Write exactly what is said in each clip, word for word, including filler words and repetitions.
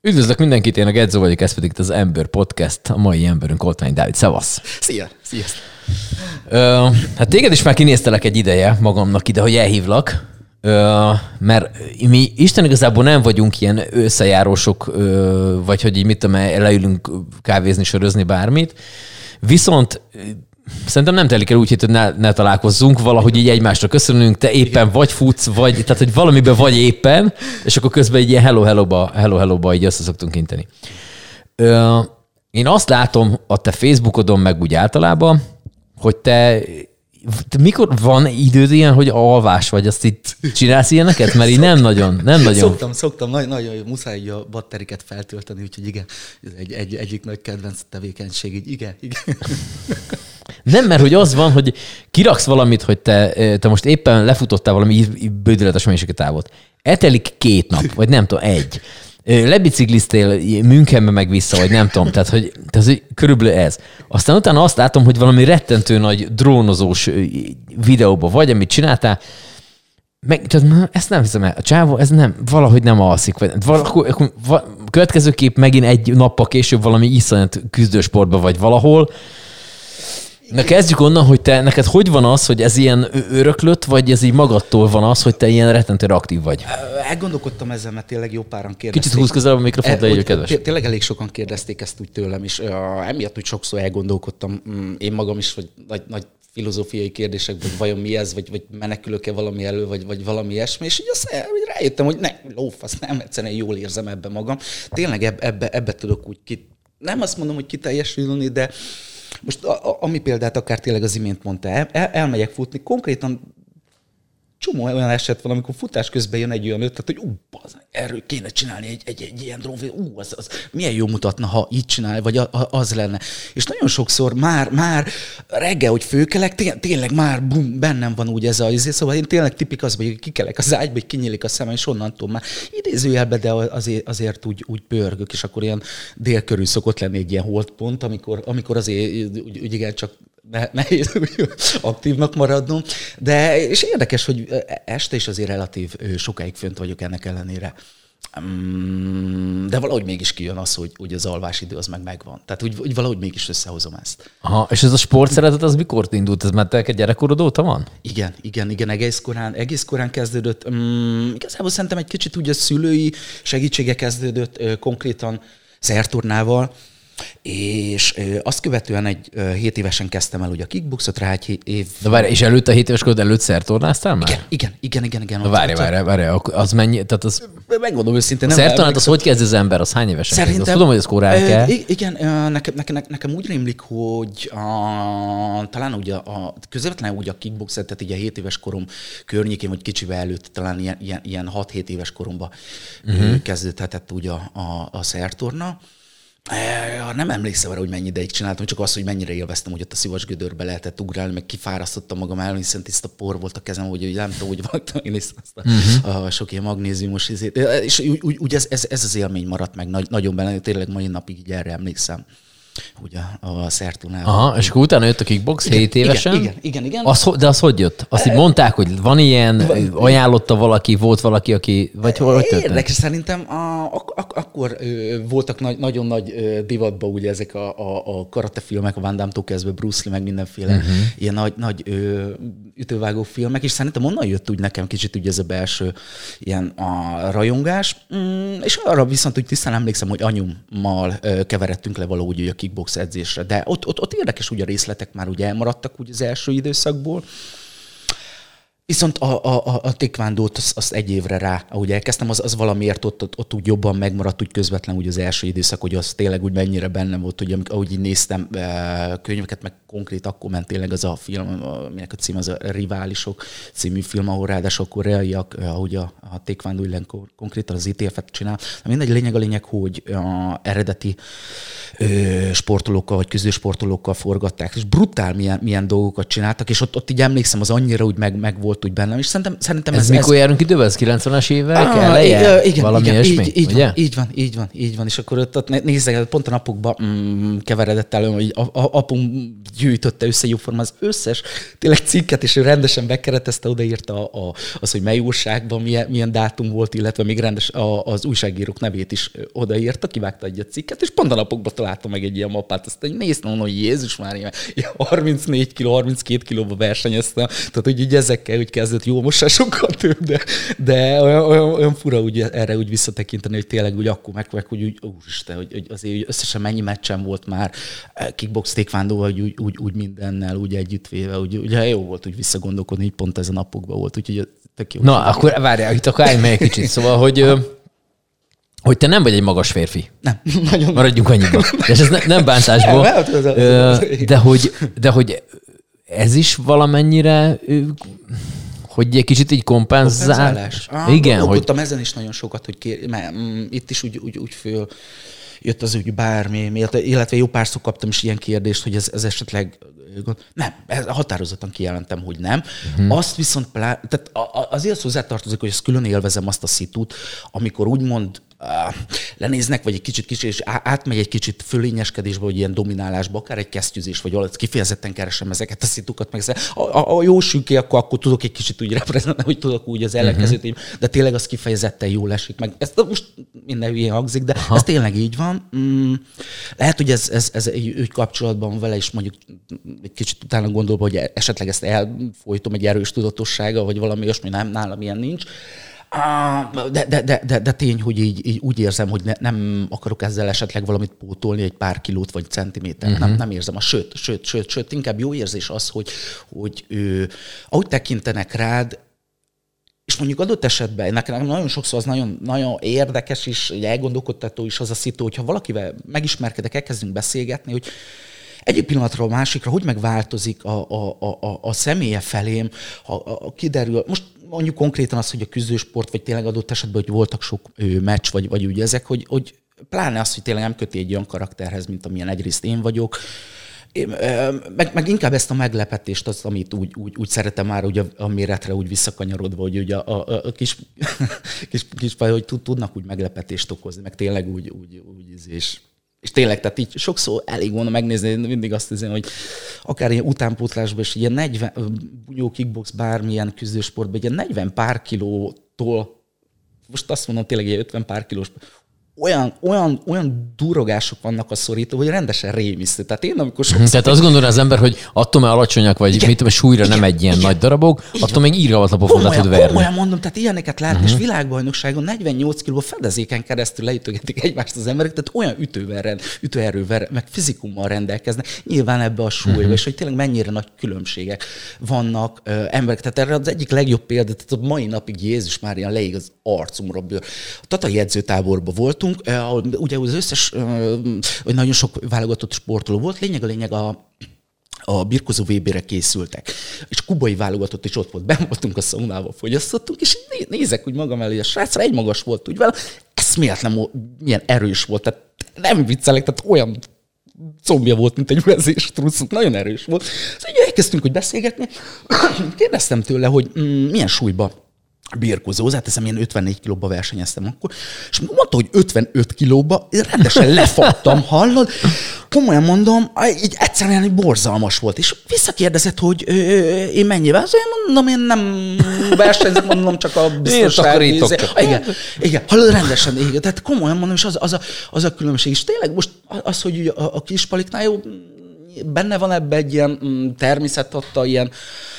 Üdvözlök mindenkit, én a Gedzo vagyok, ez pedig az Ember Podcast, a mai emberünk Oltmány Dávid. Szevasz! Szia! Sziasztok! Ö, hát téged is már kinéztelek egy ideje magamnak ide, hogy elhívlak, ö, mert mi Isten igazából nem vagyunk ilyen összejárósok, ö, vagy hogy így mit tudom, leülünk kávézni, sörözni, bármit. Viszont szerintem nem telik el úgy, hogy ne, ne találkozzunk, valahogy így egymásra köszönünk, te éppen igen. vagy futsz, vagy, tehát hogy valamiben vagy éppen, és akkor közben egy ilyen hello-hello-ba, hello-hello-ba így össze szoktunk inteni. Ö, én azt látom a te Facebookodon, meg úgy általában, hogy te, te mikor van időd ilyen, hogy alvás vagy, azt itt csinálsz ilyeneket? Mert így nem nagyon, nem nagyon. Szoktam, szoktam, nagyon, nagyon muszáj a batteriket feltölteni, úgyhogy igen, ez egy, egy, egyik nagy kedvenc tevékenység, így igen, igen. Nem, mert hogy az van, hogy kiraksz valamit, hogy te, te most éppen lefutottál valami bődületes mennyiségű távot. Etelik két nap, vagy nem tudom, egy. Lebicikliztél Münchenbe meg vissza, vagy nem tudom. Tehát, hogy, tehát, hogy körülbelül ez. Aztán utána azt látom, hogy valami rettentő nagy drónozós videóba vagy, amit csináltál. Meg, tehát ezt nem hiszem el. A csávó, ez nem, valahogy nem alszik. Vagy, valahogy, következő kép megint egy nappal később valami iszonyat küzdősportba vagy valahol. Na kezdjük onnan, hogy te, neked hogy van az, hogy ez ilyen öröklött, vagy ez így magadtól van az, hogy te ilyen rettentően aktív vagy? Elgondolkodtam ezzel, mert tényleg jó páran kérdezték. Kicsit húz közelebb a mikrofont, de kedves. Tényleg elég sokan kérdezték ezt úgy tőlem, és uh, emiatt úgy sokszor elgondolkodtam én magam is, hogy nagy, nagy filozófiai kérdésekben, hogy vajon mi ez, vagy, vagy menekülök-e valami elő, vagy, vagy valami ilyesmi, és így azt rájöttem, hogy ne, lófasz, nem, egyszerűen jól érzem ebbe magam. Tényleg ebbe, ebbe, ebbe tudok úgy ki, nem azt mondom, hogy kiteljesülni, de most a, a, ami példát akár tényleg az imént mondta, el, el, elmegyek futni, konkrétan csomó olyan eset van, amikor futás közben jön egy olyan ötlet, hogy ú, bazd, erről kéne csinálni egy, egy, egy ilyen drónfilm, ú, az, az milyen jó mutatna, ha így csinálj, vagy a, a, az lenne. És nagyon sokszor már, már reggel, hogy főkelek, té- tényleg már bum, bennem van úgy ez a izé, szóval én tényleg tipik az, hogy kikelek az ágyba, hogy kinyílik a szemem, és onnantól már idézőjelbe, de azért, azért úgy, úgy pörgök, és akkor ilyen dél körül szokott lenni egy ilyen holdpont, amikor, amikor azért úgy, úgy igen, csak nehéz aktívnak maradnom, de és érdekes, hogy este is azért relatív sokáig fönt vagyok ennek ellenére. De valahogy mégis kijön az, hogy, hogy az alvásidő az meg megvan. Tehát úgy, úgy valahogy mégis összehozom ezt. Aha, és ez a sportszeretet, az mikor indult? Ez már te gyerekkorod óta van? Igen, igen, igen, egész korán, egész korán kezdődött. Um, igazából szerintem egy kicsit úgy a szülői segítsége kezdődött uh, konkrétan szerturnával, és ö, azt követően egy ö, hét évesen kezdtem el ugye a kickboxot, rá egy év... De várj, és előtte a hét éves korod előtt szertornáztál már? Igen, igen, igen, igen. igen Na várj, várj, várj, az mennyi, tehát az... Megmondom őszintén. A szertornát az hogy kezd az ember, az hány évesen Szerintem, kezd? Azt tudom, hogy ez korán ö, kell. Igen, nekem, nekem, nekem úgy rémlik, hogy a, talán ugye a, közvetlenül ugye a kickboxet, tehát így a hét éves korom környékén, vagy kicsivel előtt, talán ilyen, ilyen, ilyen hat-hét éves koromban uh-huh. kezdődhetett ugye a, a, a szertorna. Nem emlékszem arra, hogy mennyi ideig csináltam, csak az, hogy mennyire élveztem, hogy ott a Szivacsgödörbe lehetett ugrálni, meg kifárasztottam magam el, hiszen tiszta por volt a kezem, hogy nem tudom, hogy vaktam én is azt a, uh-huh. a sok ilyen magnéziumos izét. És úgy, úgy ez, ez, ez az élmény maradt meg nagy, nagyon benne, tényleg mai napig így erre emlékszem. Ugye a szertunában. Aha, és akkor utána jött a kickbox igen, hét évesen? Igen, igen, igen. igen. Az, de az hogy jött? Azt így mondták, hogy van ilyen, ajánlotta valaki, volt valaki, aki, vagy hol történt? Érdekes, szerintem a, ak- ak- akkor ö, voltak nagy, nagyon nagy ö, divatban ugye ezek a, a, a karatefilmek, a Van Damme-tól kezdve Bruce Lee, meg mindenféle uh-huh. ilyen nagy, nagy ö, ütővágó filmek, és szerintem onnan jött úgy nekem kicsit ugye ez a belső ilyen a rajongás, mm, és arra viszont úgy tisztán emlékszem, hogy anyummal ö, keveredtünk le valahogy ugye a kickbox edzésre, de ott, ott, ott érdekes, ugye a részletek már ugye elmaradtak ugye az első időszakból. Viszont a, a, a taekwondót azt az egy évre rá, ahogy elkezdtem, az, az valamiért ott, ott, ott úgy jobban megmaradt, úgy közvetlen úgy az első időszak, hogy az tényleg úgy mennyire bennem volt, hogy ahogy így néztem könyveket, meg konkrét akkor ment tényleg az a film, aminek a cím az a Riválisok című film, ahol ráadásul a koreaiak, ahogy a, a taekwondo illen konkrétan az í té ef-et csinál. Mindegy, lényeg a lényeg, hogy a eredeti ö, sportolókkal, vagy küzdősportolókkal forgatták, és brutál milyen, milyen dolgokat csináltak, és ott, ott így emlékszem, az annyira úgy meg, meg volt volt úgy bennem, és szerintem, szerintem ez, ez... mikor ez... járunk időben? Ez kilencvenes évek ah, eleje? Igen, valami igen, ilyesmi, így, így, ugye? Van, így van, így van, így van, és akkor ott nézzek, pont a napokban mm, keveredett elő, hogy a, a, apum gyűjtötte össze jóformán az összes tényleg cikket, és ő rendesen bekeretezte, odaírta a, a, az, hogy mely újságban milyen, milyen dátum volt, illetve még rendes a, az újságírók nevét is odaírta, kivágta egy cikket, és pont a napokban találtam meg egy ilyen mappát, aztán néztem, mondom, hogy Jézus Mária, harmincnégy kiló, harminckét kilóba versenyeztem, tehát hogy így ezekkel úgy kezdett, jó, most se sokkal több, de, de olyan, olyan, olyan fura úgy erre úgy visszatekinteni, hogy tényleg úgy akkor meg, meg úgy, úgy úristen, hogy, hogy azért összesen mennyi meccsen volt már kickbox, taekwondo, hogy úgy, úgy, úgy mindennel úgy együttvéve, úgy, ugye jó volt úgy visszagondolkodni, így pont ezen napokban volt, úgyhogy tök jó. Na, akkor várjál, itt akkor állj meg egy kicsit, szóval, hogy hogy te nem vagy egy magas férfi. Nem, nagyon. Maradjunk annyiban. És ez ne, nem bántásból. De hogy, de hogy ez is valamennyire, hogy egy kicsit így kompenzál. Kompenzálás? Ah, igen. Gondolkodtam hogy... ezen is nagyon sokat, hogy kér, mert, mm, itt is úgy, úgy, úgy föl jött az úgy bármi, illetve jó párszor kaptam is ilyen kérdést, hogy ez, ez esetleg... Nem, határozottan kijelentem, hogy nem. Uh-huh. Azt viszont plá... tehát azért hozzátartozik, hogy ezt külön élvezem azt a szitút, amikor úgymond uh, lenéznek, vagy egy kicsit kicsit, és átmegy egy kicsit fölényeskedésbe, vagy ilyen dominálásba, akár egy kesztyűzés, vagy valahogy kifejezetten keresem ezeket a szitukat, meg a, a, a jó sünké, akkor, akkor tudok egy kicsit úgy reprezentálni, hogy tudok úgy az ellenkezőt, uh-huh. de tényleg az kifejezetten jól esik meg. Ez most minden hülyén hangzik, de Aha. ez tényleg így van. Mm, lehet, hogy ez, ez, ez egy kapcsolatban vele is mondjuk egy kicsit utána gondolva, hogy esetleg ezt elfolytom egy erős tudatossága, vagy valami olyasmi, nem, nálam ilyen nincs. De, de, de, de, de tény, hogy így, így úgy érzem, hogy ne, nem akarok ezzel esetleg valamit pótolni, egy pár kilót vagy centiméter. Uh-huh. Nem, nem érzem. A sőt, sőt, sőt, sőt, inkább jó érzés az, hogy, hogy ő, ahogy tekintenek rád, és mondjuk adott esetben, nekem nagyon sokszor az nagyon, nagyon érdekes is, elgondolkodtató is az a szitu, hogyha valakivel megismerkedek, elkezdünk beszélgetni, hogy egyik pillanatról a másikra, hogy megváltozik a, a, a, a személye felém, a, a, kiderül, most mondjuk konkrétan az, hogy a küzdősport, vagy tényleg adott esetben, hogy voltak sok ő, meccs, vagy, vagy úgy ezek, hogy, hogy pláne az, hogy tényleg nem köti egy olyan karakterhez, mint amilyen egyrészt én vagyok, én, meg, meg inkább ezt a meglepetést, az, amit úgy, úgy, úgy szeretem már ugye a méretre úgy visszakanyarodva, hogy ugye a, a, a kis, kis, kis hogy tudnak úgy meglepetést okozni, meg tényleg úgy, úgy, úgy és És tényleg, tehát így sokszor elég volna megnézni, mindig azt hiszem, hogy akár ilyen utánpótlásban is ilyen negyven, bunyó, kickbox, bármilyen küzdősportban, egy ilyen negyven pár kilótól, most azt mondom tényleg ilyen ötven pár kilós, olyan, olyan, olyan durogások vannak a szorító, hogy rendesen rémisztő. Tehát én, amikor sokszor... Tehát azt gondolja az ember, hogy attól, mert alacsonyak vagy, igen, mit tudom, súlyra igen, nem egy ilyen igen, nagy darabok, attól még írgalmatlan pofont tud verni. Komolyan mondom, tehát ilyeneket látni, uh-huh. és világbajnokságon negyvennyolc kiló fedezéken keresztül leütögetik egymást az emberek, tehát olyan ütővel, rend, ütőerővel, meg fizikummal rendelkeznek, nyilván ebbe a súlyba, uh-huh. és hogy tényleg mennyire nagy különbségek vannak ö, emberek. Tehát erre az egyik legjobb példa, tehát a mai napig Jézus Mária leég az arcumra bőr. A tatai edzőtáborban voltunk, ahol ugye az összes, vagy nagyon sok válogatott sportoló volt, lényeg a lényeg a, a birkozó vé bé-re készültek. És kubai válogatott is ott volt, benn voltunk a szaunába, fogyasztottunk, és nézek úgy magam elé, a srácra egy magas volt úgy vele, eszméletlen milyen erős volt, tehát nem viccelek, tehát olyan combja volt, mint egy vezérstruc, nagyon erős volt. Szóval elkezdtünk, hogy beszélgetni, kérdeztem tőle, hogy mm, milyen súlyba birkózó, hozzáteszem, ilyen ötvennégy kilóba versenyeztem akkor, és mondta, hogy ötvenöt kilóba, rendesen lefogtam, hallod? Komolyan mondom, így egyszerűen egy borzalmas volt, és visszakérdezett, hogy ö, én mennyivel, azért mondom, én nem versenyzek, mondom, csak a biztonság. Igen, igen, hallod, rendesen, igen, tehát komolyan mondom, és az, az, a, az a különbség, és tényleg most az, hogy a, a kispaliknál jó, benne van ebbe egy ilyen természet adta ilyen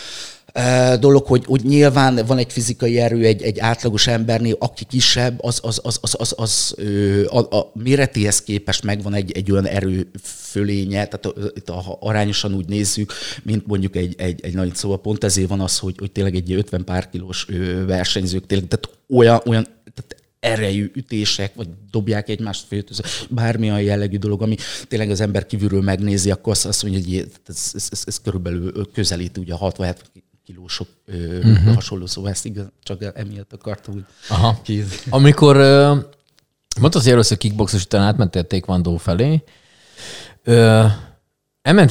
dolog, hogy, hogy nyilván van egy fizikai erő egy, egy átlagos embernél, aki kisebb, az, az, az, az, az, az a, a méretéhez képest megvan egy, egy olyan erő fölénye, tehát itt ha arányosan úgy nézzük, mint mondjuk egy, egy, egy nagy, szóval pont ezért van az, hogy, hogy tényleg egy ötven pár kilós versenyzők, tényleg, tehát olyan, olyan tehát erejű ütések, vagy dobják egymást főtöző, bármilyen jellegű dolog, ami tényleg az ember kívülről megnézi, akkor azt mondja, hogy ez, ez, ez, ez körülbelül közelít ugye a hatvan kilósok uh-huh. hasonló, szóval ezt igaz, csak emiatt akartam úgy kézni. Amikor uh, mondtad, hogy először kickboxos, után átmentél taekwondo felé, uh, elmentél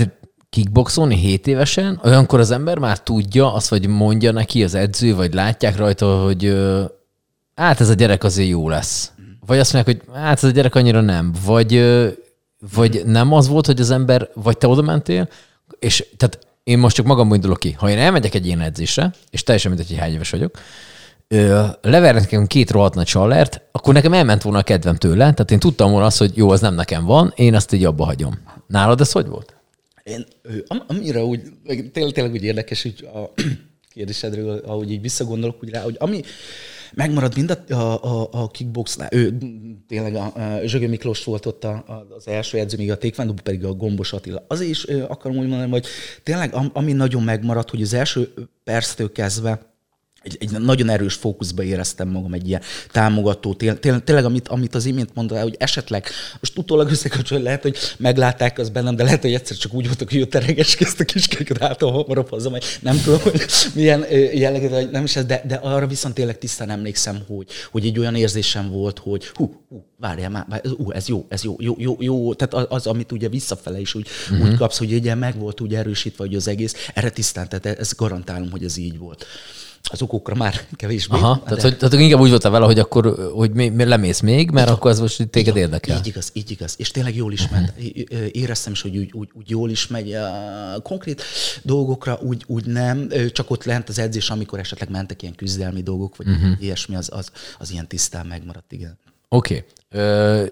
kickboxolni hét évesen, olyankor az ember már tudja, azt vagy mondja neki az edző, vagy látják rajta, hogy hát ez a gyerek azért jó lesz. Vagy azt mondják, hogy hát ez a gyerek annyira nem. Vagy, vagy nem az volt, hogy az ember, vagy te oda mentél, és tehát én most csak magamból indulok ki. Ha én elmegyek egy ilyen edzésre, és teljesen mindegy, hogy hány éves vagyok, levernek nekem két rohadt nagy csallert, akkor nekem elment volna a kedvem tőle, tehát én tudtam volna azt, hogy jó, az nem nekem van, én azt így abba hagyom. Nálad ez hogy volt? Én, am, amire úgy, tényleg, tényleg úgy érdekes, hogy a kérdésedről, ahogy így visszagondolok úgy rá, hogy ami megmarad mind a, a, a kickboxnál, ő tényleg a, a Zsögő Miklós volt ott a, a, az első edző, még a taekwondo pedig a Gombos Attila. Azért is akarom úgy mondani, hogy tényleg ami nagyon megmaradt, hogy az első perctől kezdve Egy, egy nagyon erős fókuszba éreztem magam, egy ilyen támogató, tényleg, tényleg amit, amit az imént mondta, hogy esetleg, most utólag összekapcsolni lehet, hogy meglátták az bennem, de lehet, hogy egyszer csak úgy voltak, hogy jött a regeskezt a kiskéket által hamarabb haza, mert nem tudom, hogy milyen jellegű, vagy nem is ez, de, de arra viszont tényleg tisztán emlékszem, hogy, hogy egy olyan érzésem volt, hogy hú, hú várjál már, várjál, hú, ez jó, ez jó, jó, jó, jó. Tehát az, amit ugye visszafele is úgy, uh-huh. úgy kapsz, hogy ugye meg volt úgy erősítve, hogy az egész, erre tisztán, tehát ezt garantálom, hogy ez így volt. Az okokra már kevésbé. Aha, de... tehát, hogy, tehát inkább úgy voltál vele, hogy akkor hogy mi, mi lemész még, mert akkor az most téged így, érdekel. Így igaz, így igaz. És tényleg jól is ment. Uh-huh. Éreztem is, hogy úgy, úgy, úgy jól is megy. A konkrét dolgokra úgy, úgy nem, csak ott lent az edzés, amikor esetleg mentek ilyen küzdelmi dolgok, vagy uh-huh. ilyesmi, az, az, az ilyen tisztán megmaradt, igen. Oké. Okay.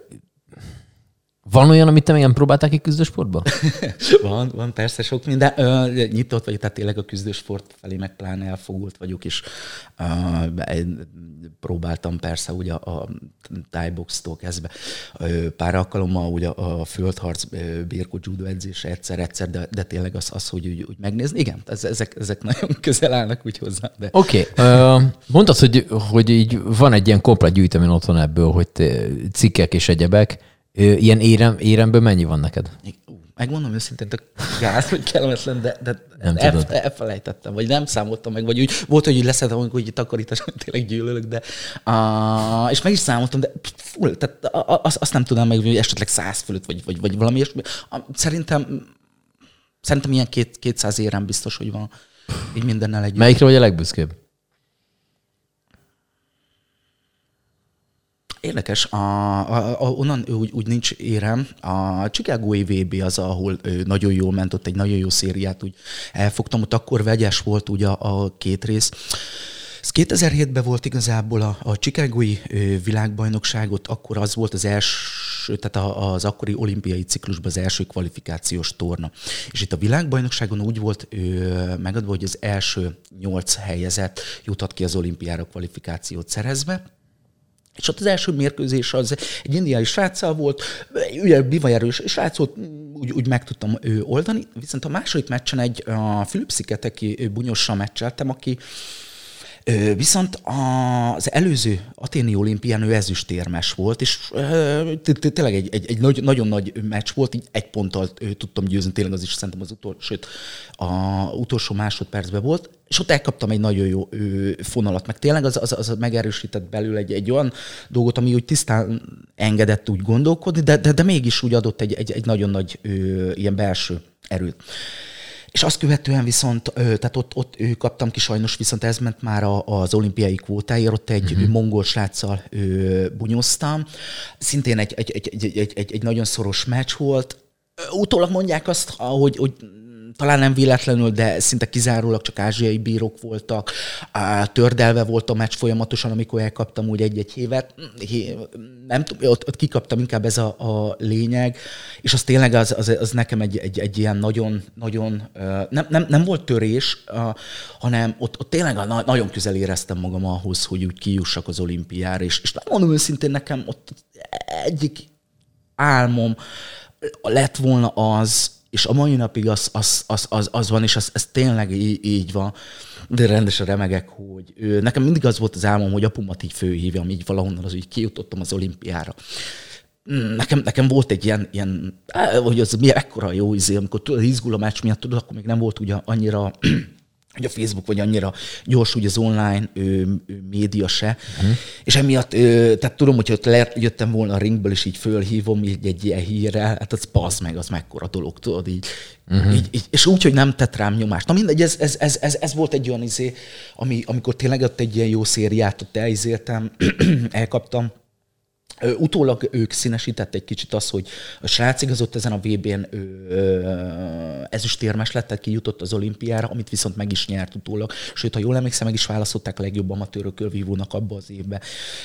Van olyan, amit te még nem próbáltál ki küzdősportba? van, van persze sok minden. Ö, nyitott vagyok, tehát tényleg a küzdősport felé meg pláne elfogult vagyok, és ö, próbáltam persze ugye a, a thai-boxtól kezdve ö, pár alkalommal ugye a földharc, birkó judo edzése egyszer-egyszer, de, de tényleg az, az hogy úgy, úgy megnézni. Igen, ezek, ezek nagyon közel állnak úgy hozzá. De... Oké. Okay. Mondtad, hogy, hogy így van egy ilyen komplet gyűjtemény otthon ebből, hogy cikkek és egyebek. Ilyen érem, éremből mennyi van neked? Megmondom őszintén, de gáz, hogy kellemetlen, de, de nem el, elfelejtettem, vagy nem számoltam meg, vagy úgy volt, hogy úgy leszedtem, amikor így takarítás, hogy tényleg gyűlölök, de uh, és meg is számoltam, de full, tehát azt, azt nem tudom meg, hogy esetleg száz fölött, vagy, vagy, vagy valami ilyesmi. Szerintem, szerintem ilyen két, kétszáz érem biztos, hogy van így mindennel együtt. Melyikre vagy a legbüszkébb? Érdekes, a, a, a, onnan úgy, úgy nincs érem. A Chicagói vé bé az, ahol nagyon jól ment, ott egy nagyon jó szériát úgy elfogtam, ott akkor vegyes volt ugye a, a két rész. Ez kétezer-hétben volt igazából a, a Chicagói világbajnokságot, akkor az volt az első, tehát az akkori olimpiai ciklusban az első kvalifikációs torna. És itt a világbajnokságon úgy volt megadva, hogy az első nyolc helyezett juthat ki az olimpiára kvalifikációt szerezve. És ott az első mérkőzés az egy indiai sráccal volt, ugye bivajerős srác volt, úgy, úgy meg tudtam oldani, viszont a második meccsen egy Fülöp-szigeteki bunyossal meccseltem, aki viszont az előző aténi olimpián ő ezüstérmes volt, és tényleg egy, egy, egy nagyon nagy meccs volt, így egy ponttal tudtam győzni, tényleg az is szerintem az utolsó, sőt, a utolsó másodpercben volt, és ott elkaptam egy nagyon jó fonalat, meg tényleg az, az, az megerősített belül egy, egy olyan dolgot, ami úgy tisztán engedett úgy gondolkodni, de, de, de mégis úgy adott egy, egy, egy nagyon nagy ilyen belső erőt. És azt követően viszont, tehát ott, ott kaptam ki sajnos, viszont ez ment már az olimpiai kvótáért, ott egy uh-huh. mongol sráccal bunyoztam. Szintén egy, egy, egy, egy, egy, egy nagyon szoros meccs volt. Utólag mondják azt, hogy, hogy talán nem véletlenül, de szinte kizárólag csak ázsiai bírók voltak. Tördelve volt a meccs folyamatosan, amikor elkaptam úgy egy-egy hévet. Nem tudom, ott, ott kikaptam, inkább ez a, a lényeg. És az tényleg az, az, az nekem egy, egy, egy ilyen nagyon, nagyon nem, nem, nem volt törés, hanem ott, ott tényleg nagyon közel éreztem magam ahhoz, hogy úgy kijussak az olimpiára. És, és mondom őszintén, nekem ott egyik álmom lett volna az, és a mai napig az, az, az, az, az van, és az, ez tényleg így, így van, de rendesen remegek, hogy ő, nekem mindig az volt az álmom, hogy apumat így főhívjam, így valahonnan az, hogy kijutottam az olimpiára. Nekem, nekem volt egy ilyen, ilyen hogy az mi ekkora jó izé, amikor tudod, izgul a meccs miatt, tudod, akkor még nem volt ugye annyira hogy a Facebook vagy annyira gyors úgy az online ő, ő média se. Uh-huh. És emiatt, ő, tehát tudom, hogy ott jöttem volna a ringből, és így fölhívom így egy ilyen hírrel, hát az passz meg, az mekkora dolog, tudod, így, uh-huh. így, így. És úgy, hogy nem tett rám nyomást. Na mindegy, ez, ez, ez, ez, ez volt egy olyan izé, ami, amikor tényleg ott egy ilyen jó szériát ott elizéltem, elkaptam. Utólag ők színesített egy kicsit az, hogy a srác igazott ezen a vé bén ezüstérmes lett, tehát kijutott az olimpiára, amit viszont meg is nyert utólag. Sőt, ha jól emlékszem, meg is választották a legjobb amatőrök körvívónak abba az évben.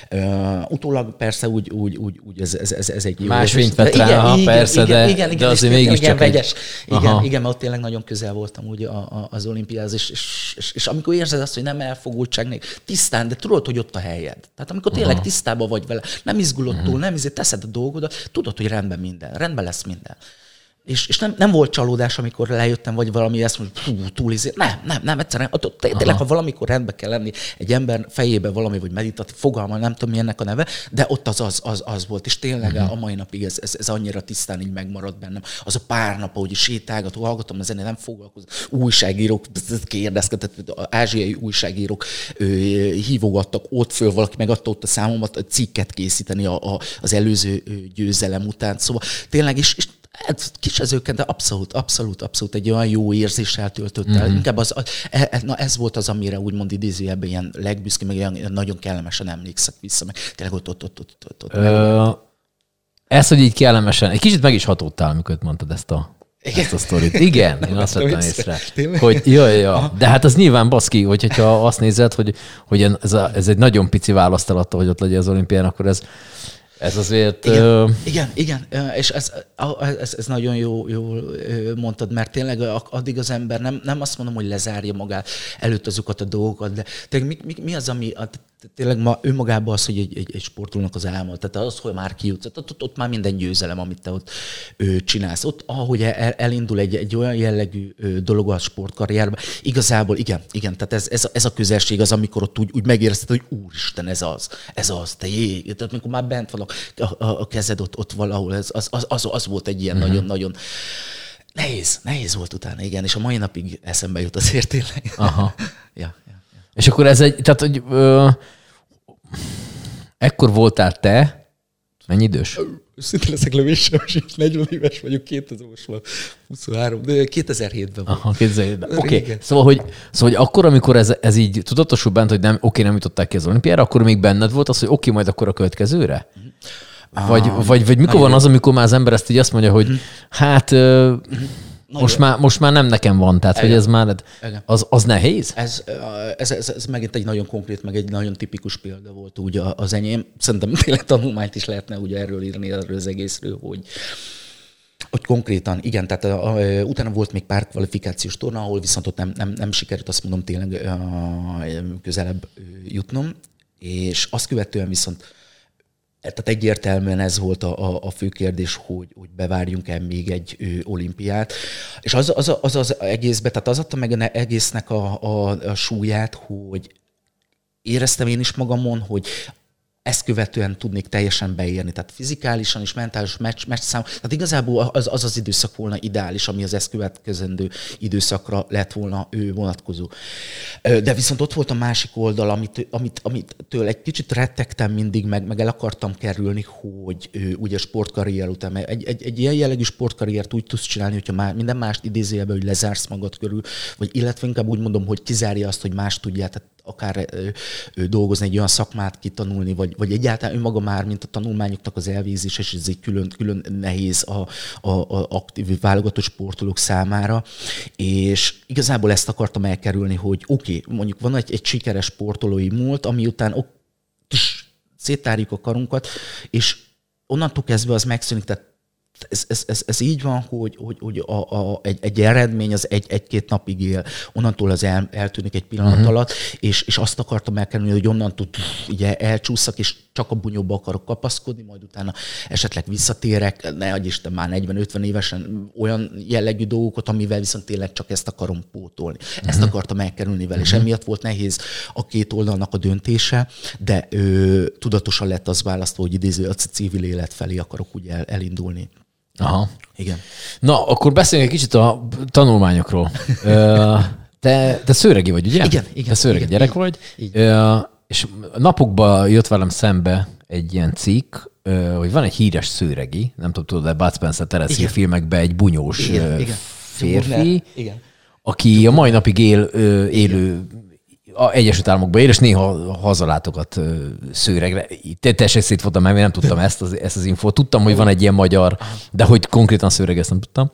Utólag persze úgy, úgy, úgy, úgy ez, ez, ez, ez egy jó... Más fényt vett rá, ha, persze, igen, de, igen, igen, de azért mégiscsak vegyes. Igen, igen, mert ott tényleg nagyon közel voltam úgy a, a, az olimpiához, és, és, és, és amikor érzed azt, hogy nem elfogultság, tisztán, de tudod, hogy ott a helyed. Tehát amikor tényleg Aha. tisztában vagy vele, nem izgulod túl, nem izé, teszed a dolgodat, tudod, hogy rendben minden, rendben lesz minden. És, és nem, nem volt csalódás, amikor lejöttem, vagy valami ezt mondjuk, hú, túl izé. Nem, nem, nem, egyszerűen. Ott, tényleg, ha valamikor rendben kell lenni egy ember fejében valami, vagy meditatív fogalma, nem tudom, mi ennek a neve, de ott az az, az, az volt. És tényleg uh-huh. a mai napig ez, ez, ez annyira tisztán így megmaradt bennem. Az a pár nap, ahogy sétálgató, hallgatom a zenét, nem foglalkozom. Újságírók kérdezkedett, az ázsiai újságírók ö, hívogattak ott föl, valaki megadta ott a számomat, a cikket készíteni a, a, az előző győzelem után. Szóval tényleg is, és kisezőken, de abszolút, abszolút, abszolút egy olyan jó érzéssel töltött el. Mm-hmm. Inkább az, e, na ez volt az, amire úgymond idézőjelben ilyen legbüszke, meg olyan nagyon kellemesen emlékszek vissza, meg tényleg ott, ott, ott, ott, ott, ott Ö, ez, hogy így kellemesen, egy kicsit meg is hatódtál, amikor mondtad ezt a, ezt a sztorit. Igen, én azt vettem észre. Hogy, jaj, jaj, de hát az nyilván baszki, hogyha azt nézed, hogy, hogy ez, a, ez egy nagyon pici választ alatt, hogy ott legyen az olimpián, akkor ez Ez azért... Igen, uh... igen, igen, és ez, ez, ez nagyon jó, jól mondtad, mert tényleg addig az ember nem, nem azt mondom, hogy lezárja magát előtt azokat a dolgokat, de tényleg mi, mi, mi az, ami tényleg ma önmagában az, hogy egy, egy, egy sportolónak az álma, tehát az, hogy már kijutsz, ott, ott, ott már minden győzelem, amit te ott ő, csinálsz. Ott, ahogy el, elindul egy, egy olyan jellegű dolog a sportkarrierben, igazából igen, igen, tehát ez, ez, ez a közelség az, amikor ott úgy, úgy megérzed, hogy úristen, ez az, ez az, te jé, tehát amikor már bent van a, a, a kezed ott, ott valahol, ez, az, az, az, az volt egy ilyen uh-huh. nagyon-nagyon nehéz, nehéz volt utána, igen, és a mai napig eszembe jut azért tényleg. Aha. ja, ja. És akkor ez egy, tehát, hogy ö, ekkor voltál te, mennyi idős? Szinte leszek lövéssel, negyven éves vagyok, kétezer-os van, huszonhárom, de kétezer-hétben volt. Aha, kétezer-hétben. Oké, okay. szóval, hogy, szóval, hogy akkor, amikor ez, ez így tudatosul bent, hogy nem, oké, okay, nem jutották ki az olimpiára, akkor még benned volt az, hogy oké, okay, majd akkor a következőre? Vagy, ah, vagy, vagy mikor van az, amikor már az ember ezt így azt mondja, hogy hát... Ö, Most már, most már nem nekem van, tehát igen. hogy ez már az, az nehéz? Ez, ez, ez, ez megint egy nagyon konkrét, meg egy nagyon tipikus példa volt úgy az enyém. Szerintem tényleg tanulmányt is lehetne ugye erről írni, erről az egészről, hogy, hogy konkrétan, igen, tehát a, a, utána volt még pár kvalifikációs torna, ahol viszont ott nem, nem, nem sikerült, azt mondom, tényleg a, közelebb jutnom, és azt követően viszont tehát egyértelműen ez volt a, a, a fő kérdés, hogy, hogy bevárjunk-e még egy ő, olimpiát. És az az, az az egészben, tehát az adta meg az egésznek a, a, a súlyát, hogy éreztem én is magamon, hogy ezt követően tudnék teljesen beérni. Tehát fizikálisan és mentális meccs, meccs szám. Tehát igazából az, az az időszak volna ideális, ami az ezt következendő időszakra lett volna ő vonatkozó. De viszont ott volt a másik oldal, amit, amit, amit tőle egy kicsit rettegtem mindig, meg, meg el akartam kerülni, hogy ő, ugye sportkarrier után, egy, egy, egy ilyen jellegű sportkarriert úgy tudsz csinálni, hogyha már minden mást idézőjelben, hogy lezársz magad körül, vagy illetve inkább úgy mondom, hogy kizárja azt, hogy más tudja, tehát akár ő, ő, dolgozni, egy olyan szakmát kitanulni, vagy, vagy egyáltalán önmaga már, mint a tanulmányoknak az elvégzés, és ez egy külön, külön nehéz a, a, a aktív válogatott sportolók számára. És igazából ezt akartam elkerülni, hogy oké, okay, mondjuk van egy, egy sikeres sportolói múlt, ami után ok, tss, széttárjuk a karunkat, és onnantól kezdve az megszűnik, tehát Ez, ez, ez, ez így van, hogy, hogy, hogy a, a, egy, egy eredmény az egy, egy-két napig él, onnantól az el, eltűnik egy pillanat uh-huh. alatt, és, és azt akartam elkerülni, hogy onnantól ugye elcsúszak, és csak a bunyóba akarok kapaszkodni, majd utána esetleg visszatérek, ne adj Isten, már negyven-ötven évesen olyan jellegű dolgokat, amivel viszont tényleg csak ezt akarom pótolni. Uh-huh. Ezt akartam elkerülni vele, uh-huh. és emiatt volt nehéz a két oldalnak a döntése, de ö, tudatosan lett az választva, hogy idéző a civil élet felé akarok ugye el, elindulni. Aha. Igen. Na, akkor beszéljünk egy kicsit a tanulmányokról. Te, te szőregi vagy, ugye? Igen, igen. Te szőregi igen, gyerek így, vagy. Így. Ö, és napokban jött velem szembe egy ilyen cikk, ö, hogy van egy híres szőregi, nem tudom, tudod, de Bud Spencer Terence Hill filmekben egy bunyós Igen, ö, igen. férfi, Igen. aki a mai napig él, ö, élő a Egyesült Államokban él, és néha hazalátogat ö, szőregre. Te, tessék szétfotom, mert én nem tudtam ezt az, ezt az infót. Tudtam, hogy van egy ilyen magyar, de hogy konkrétan szőreg, ezt nem tudtam.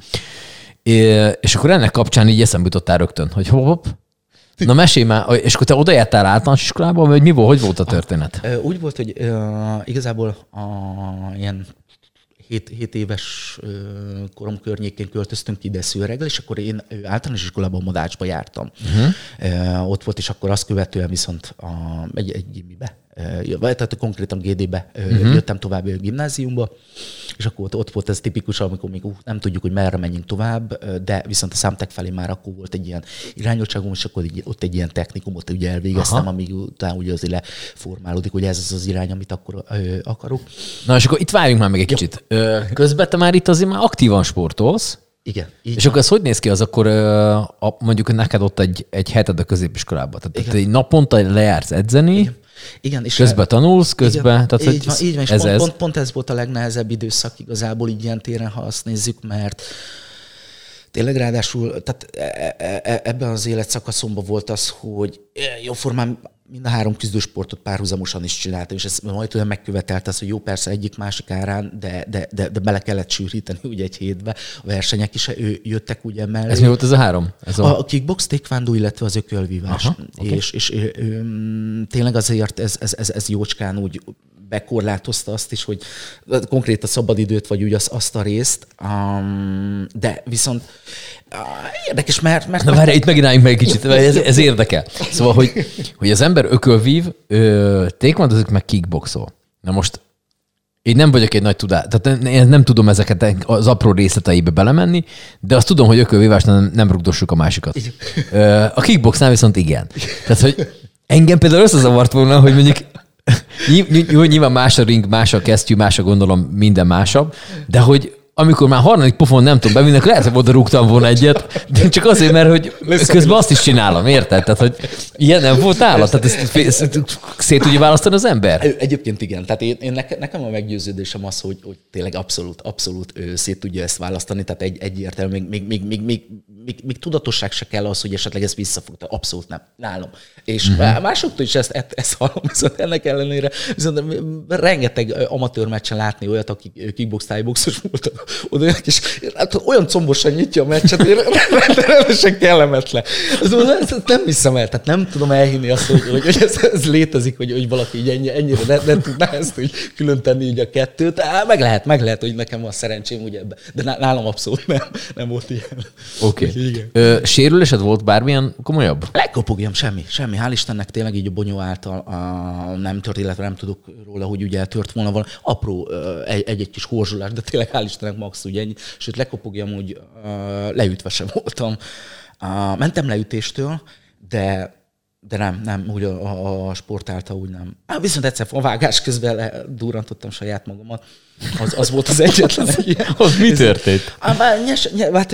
É, és akkor ennek kapcsán így eszembe jutottál rögtön, hogy hopp, hopp. Na mesélj már, és akkor te oda jártál általános iskolában, vagy mi volt, hogy volt a történet? Úgy volt, hogy uh, igazából a, ilyen hét éves uh, korom környékén költöztünk ide Szőregre, és akkor én általános iskolában Madácsba jártam. Uh-huh. Uh, ott volt, és akkor azt követően viszont a, egy, egy gimibe, uh, tehát konkrétan gé dé-be uh, uh-huh. jöttem tovább a gimnáziumba, és akkor ott, ott volt ez tipikus, amikor még uh, nem tudjuk, hogy merre menjünk tovább, de viszont a számtek felé már akkor volt egy ilyen irányultságom, és akkor így, ott egy ilyen technikumot ugye elvégeztem, aha, amíg utána ugye azért leformálódik, hogy ez az az irány, amit akkor ö, akarok. Na, és akkor itt várjunk már még egy kicsit. Ö, közben te már itt azért már aktívan sportolsz. Igen. És van. Akkor ez hogy néz ki? Az akkor ö, a, mondjuk neked ott egy, egy heted a középiskolában. Tehát te egy naponta lejársz edzeni, igen. Igen, és közben tanulsz, közben. Igen, tehát, így van, így van, és ez pont, ez. Pont, pont ez volt a legnehezebb időszak igazából így ilyen téren, ha azt nézzük, mert tényleg ráadásul, tehát ebben az életszakaszomban volt az, hogy jóformán mind a három küzdősportot párhuzamosan is csináltam, és ez majd olyan megkövetelt az, hogy jó, persze egyik másik árán, de, de, de, de bele kellett sűríteni ugye egy hétbe. A versenyek is ő, jöttek ugye mellé. Ez mi volt ez a három? Ez a... a kickbox, taekwondo, illetve az ökölvívás. Aha, okay. És, és ö, ö, tényleg azért ez, ez, ez, ez jócskán úgy bekorlátozta azt is, hogy konkrét a szabadidőt, vagy úgy az, azt a részt, um, de viszont uh, érdekes, mert... mert Na várj, itt megint álljunk meg egy kicsit, ez, ez érdekel. Szóval, hogy, hogy az ember ökölvív, taekwondozik meg kickboxol. Na most én nem vagyok egy nagy tudás, tehát én nem tudom ezeket az apró részleteibe belemenni, de azt tudom, hogy ökölvívásnál nem, nem rugdossuk a másikat. A kickboxnál viszont igen. Tehát, hogy engem például összezavart volna, hogy mondjuk nyilván más a ring, más a kesztyű, más a gondolom, minden másabb, de hogy amikor már harmadik pofon nem tudom bevinni, akkor lehet, hogy oda rúgtam volna egyet, de csak azért, mert hogy közben azt is csinálom, érted? Tehát, hogy ilyen nem volt állat, tehát ezt, ezt szét tudja választani az ember? Egyébként igen, tehát én, én nekem a meggyőződésem az, hogy, hogy tényleg abszolút, abszolút szét tudja ezt választani, tehát egy, egyértelmű, még, még, még, még, még, még, még tudatosság se kell az, hogy esetleg ezt visszafogta, abszolút nem, nálam. És uh-huh. másoktól is ezt, ezt hallom, viszont ennek ellenére, viszont rengeteg amatőr meccsen látni olyat, akik kickbox, thai-boxos voltak, oda és hát olyan combosan nyitja a meccset, hogy rendesen kellemetlen. Ezt nem hiszem el, tehát nem tudom elhinni azt, hogy, hogy ez, ez létezik, hogy, hogy valaki így ennyi, ennyire ne, ne tudná ezt hogy külön tenni így a kettőt. Á, meg lehet, meg lehet, hogy nekem van szerencsém ugye ebben, de nálam abszolút nem, nem volt ilyen. Oké. Okay. Sérülésed volt bármilyen komolyabb? Legkopogjam, semmi, semmi. Hál' Istennek tényleg így a bonyó által a, nem tört, illetve nem tudok róla, hogy ugye eltört volna valami. Apró egy-egy kis horzsulás, de tényleg hál' Istennek max, ugye ennyi. Sőt, lekopogjam, úgy uh, leütve sem voltam. Uh, mentem leütéstől, de, de nem, nem, úgy a, a, a sport által úgy nem. Ah, viszont egyszer a vágás közben durrantottam saját magamat. Az, az volt az egyetlen. Az mi történt? Ah, bár, nyes, nyes, hát,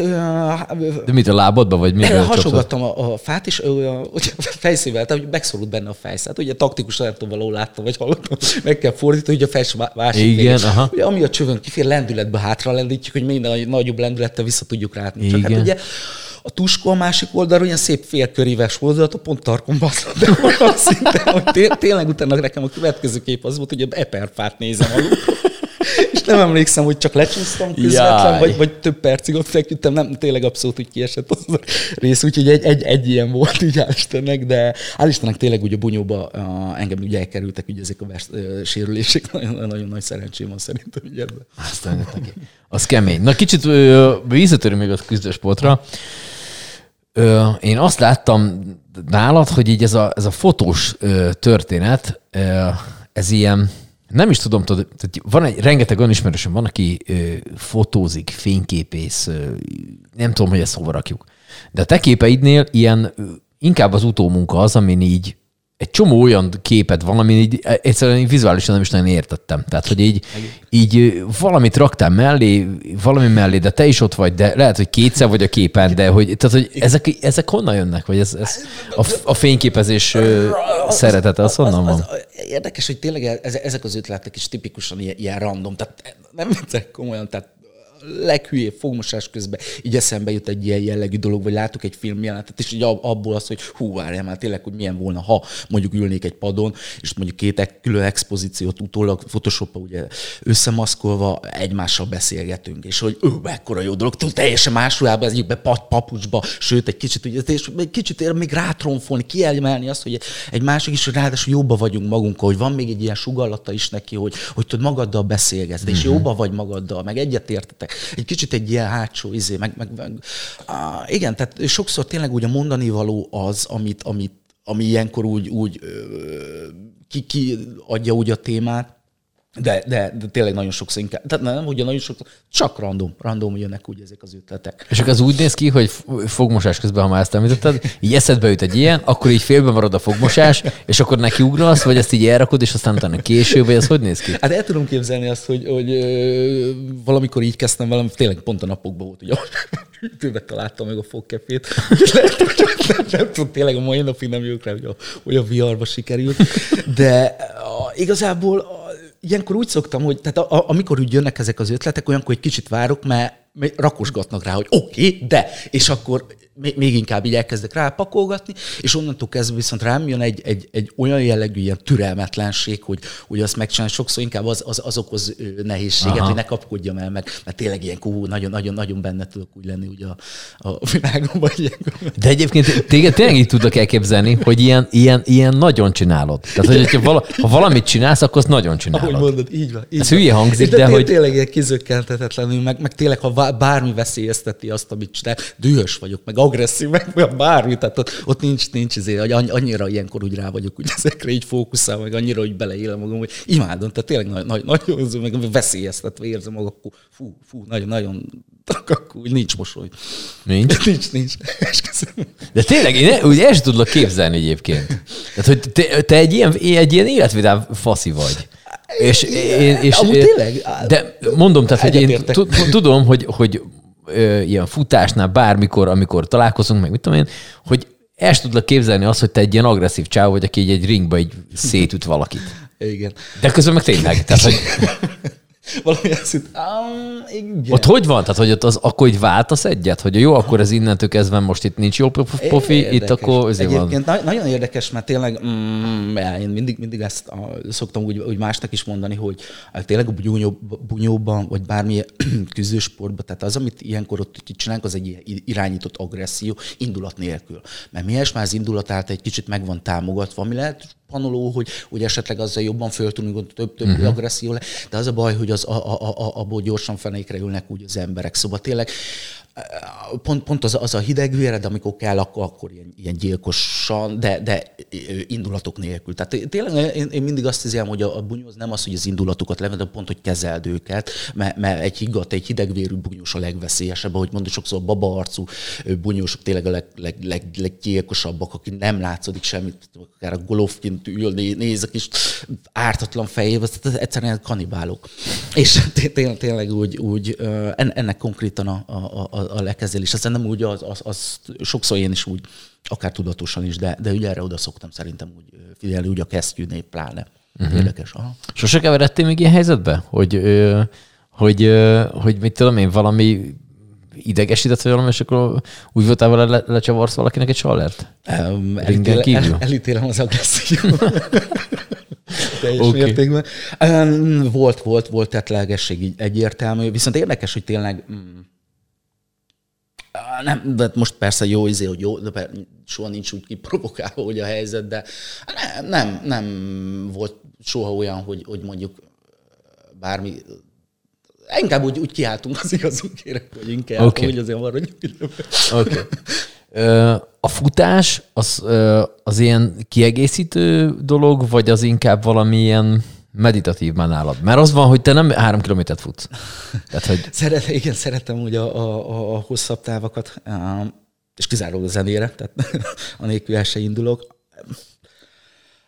uh, de mit, a lábadba, vagy mi? Hasogattam a, a fát, és uh, ugye, fejszével, tehát megszorult benne a fejsz. Hát ugye taktikusan nem tudom, valahol láttam, vagy hallottam, meg kell fordítani, hogy a felső másik. Igen, végül. Aha. Ugye, ami a csövön kifér, lendületbe hátra lendítjük, hogy minden nagyobb lendülettel vissza tudjuk rátni. Csak hát ugye a tuskó a másik oldalról ilyen szép félköríves volt, pont tarkomba azt de olyan szinten, hogy té- tényleg utána nekem a következő kép az volt, hogy a eperfát nézem alul. És nem emlékszem, hogy csak lecsúsztam közvetlen, vagy, vagy több percig ott feküdtem, nem, tényleg abszolút úgy kiesett az a rész, úgyhogy egy, egy, egy ilyen volt, így hál' Istennek, de hál' Istennek tényleg úgy a bunyóba uh, engem ugye elkerültek ugye ezek a vers, uh, sérülések, nagyon, nagyon nagy szerencsém van szerintem ugye ebben. Aztán neki. Az kemény. Na kicsit uh, visszatérünk még a küzdősportra. Uh, én azt láttam nálad, hogy így ez a, ez a fotós uh, történet, uh, ez ilyen, nem is tudom, tudod, van egy rengeteg olyan ismerősöm, van, aki ö, fotózik, fényképész, ö, nem tudom, hogy ezt hova rakjuk. De a te képeidnél ilyen, ö, inkább az utómunka az, amin így egy csomó olyan képet van, ami így egyszerűen így vizuálisan nem is nagyon értettem. Tehát, hogy így, így valamit raktál mellé, valami mellé, de te is ott vagy, de lehet, hogy kétszer vagy a képen, de hogy, tehát, hogy ezek, ezek honnan jönnek? Vagy ez, ez a, a fényképezés szeretete, az honnan van? Az, az, érdekes, hogy tényleg ezek az ötletek is tipikusan ilyen, ilyen random, tehát nem viccelek komolyan, tehát leghülyébb fogmosás közben így eszembe jut egy ilyen jellegű dolog, vagy látok egy filmjelenetet, és így abból az, hogy hú, várjál már tényleg, hogy milyen volna, ha mondjuk ülnék egy padon, és mondjuk két külön expozíciót utólag Photoshopba ugye összemaszkolva egymással beszélgetünk, és hogy ő, mekkora jó dolog, teljesen más ruhában, ez be papucsba, sőt, egy kicsit, ugye, és egy kicsit még rátronfolni, kiemelni azt, hogy egy másik is, hogy ráadásul jobban vagyunk magunkkal, hogy van még egy ilyen sugallata is neki, hogy, hogy tudod magaddal beszélgetni, mm-hmm. és jobban vagy magaddal, meg egyetértetek. Egy kicsit egy ilyen hátsó izé, meg, meg, meg á, igen, tehát sokszor tényleg úgy a mondani való az, amit, amit, ami ilyenkor úgy, úgy ki, ki adja úgy a témát, de, de, de tényleg nagyon sokszor inkább, tehát nem ugye nagyon sokszor, csak random, random jönnek úgy ezek az ötletek. És akkor az úgy néz ki, hogy fogmosás közben, ha már ezt említetted, így eszedbe jut egy ilyen, akkor így félben marad a fogmosás, és akkor nekiugrasz, vagy ezt így elrakod, és aztán utána később, vagy ez hogy néz ki? Hát el tudom képzelni azt, hogy, hogy ö, valamikor így kezdtem velem, tényleg pont a napokban volt, hogy többet találtam meg a fogkefét. nem, nem tudom, tényleg a mai napig nem jövök rá, hogy a, hogy a viharba sikerült. De a, igazából a, ilyenkor úgy szoktam, hogy tehát a, a, amikor úgy jönnek ezek az ötletek, olyankor egy kicsit várok, mert rakosgatnak rá, hogy oké, okay, de, és akkor még inkább így elkezdek rápakolgatni, és onnantól kezdve viszont rám jön egy, egy, egy olyan jellegű ilyen türelmetlenség, hogy, hogy azt megcsinálni, sokszor inkább az, az, az okoz nehézséget, aha. hogy ne kapkodjam el meg, mert tényleg ilyen nagyon-nagyon benne tudok úgy lenni ugye a, a világomban. De egyébként téged tényleg így tudok elképzelni, hogy ilyen, ilyen, ilyen nagyon csinálod. Tehát, hogy ha, vala, ha valamit csinálsz, akkor azt nagyon csinálod. Ahogy mondod, így van. Így ez hülye hangzik, de, de hogy... Tényleg ilyen kizökkentetetlenül, meg, meg tényleg, ha bármi veszélyezteti azt, amit csinál, dühös vagyok, meg agresszív, meg bármi, tehát ott, ott nincs, nincs azért, hogy annyira ilyenkor úgy rá vagyok, hogy ezekre így fókuszál, meg annyira, hogy beleélem magam, hogy imádom, tehát tényleg nagyon, nagy, nagyon meg veszélyeztetve érzem magam, akkor fú, fú, nagyon, nagyon, akkor úgy nincs mosoly. Nincs? nincs, nincs. De tényleg, én úgy el sem tudlak képzelni egyébként. Tehát, hogy te, te egy, ilyen, egy ilyen életvidám faszi vagy. És én, és, tényleg? De mondom, tehát, hogy én tudom, hogy, hogy ö, ilyen futásnál bármikor, amikor találkozunk, meg mit tudom én, hogy el sem tudlak képzelni azt, hogy te egy ilyen agresszív csáv vagy, aki egy, egy ringba így szétüt valakit. Igen. De közben meg tényleg. Tehát, hogy... Valami azt hitt, um, igen. Ott hogy van? Tehát, hogy ott az, akkor így váltasz egyet? Hogy jó, akkor ez innentől kezdve most itt nincs jó pofi, érdekes. Itt akkor azért Egyébként van. nagyon érdekes, mert tényleg mm, én mindig, mindig ezt a, szoktam úgy, úgy másnak is mondani, hogy tényleg a bunyó, bunyóban, vagy bármilyen küzdősportban, tehát az, amit ilyenkor ott csinálunk, az egy irányított agresszió indulat nélkül. Mert mihez már az indulat által egy kicsit meg van támogatva, ami lehet panoló, hogy, hogy esetleg azzal jobban föl tudunk, több, több uh-huh. agresszió le, de az a baj, hogy az, a, a, a, abból gyorsan fenékre ülnek úgy az emberek. Szóval tényleg pont, pont az, az a hidegvéred, amikor kell, akkor, akkor ilyen, ilyen gyilkosan, de, de indulatok nélkül. Tehát tényleg én, én mindig azt hiszem, hogy a, a bunyó az nem az, hogy az indulatokat leved, de pont, hogy kezeld őket, mert, mert egy higgadt, egy hidegvérű bunyós a legveszélyesebb, ahogy mondod, sokszor a babaarcú bunyósok tényleg a leg, leg, leg, leggyilkosabbak, akik nem látszódik semmit, akár a Golovkin ül, néz a kis ártatlan fejével, tehát egyszerűen kanibálok. És tényleg, tényleg úgy, úgy ennek konkrétan a, a, a a lekezelés. Aztán nem úgy, az, az, az sokszor én is úgy, akár tudatosan is, de, de ugye erre oda szoktam szerintem úgy figyelni, úgy a kesztyűnél pláne. Uh-huh. Érdekes. Aha. Sose keveredtél még ilyen helyzetbe? Hogy, hogy, hogy mit tudom én, valami idegesített, vagy valami, és akkor úgy voltál vele, le, lecsavarsz valakinek egy sallert? Um, elítél, el, elítélem az agressziót. Teljes okay. mértékben. Um, volt, volt, volt tettlegesség így egyértelmű, viszont érdekes, hogy tényleg mm, nem, de most persze jó izé, hogy jó, de soha nincs úgy kiprovokálva, hogy a helyzet, de nem, nem, nem volt soha olyan, hogy, hogy mondjuk bármi, inkább úgy, úgy kiálltunk az igazunkért, hogy inkább, okay. hogy azért van, hogy okay. A futás az, az ilyen kiegészítő dolog, vagy az inkább valamilyen meditatív már nálad? Mert az van, hogy te nem három kilométert futsz. Tehát, hogy... Szeret, igen, szeretem ugye a, a, a hosszabb távakat, és kizárólag a zenére, tehát anélkül el se indulok.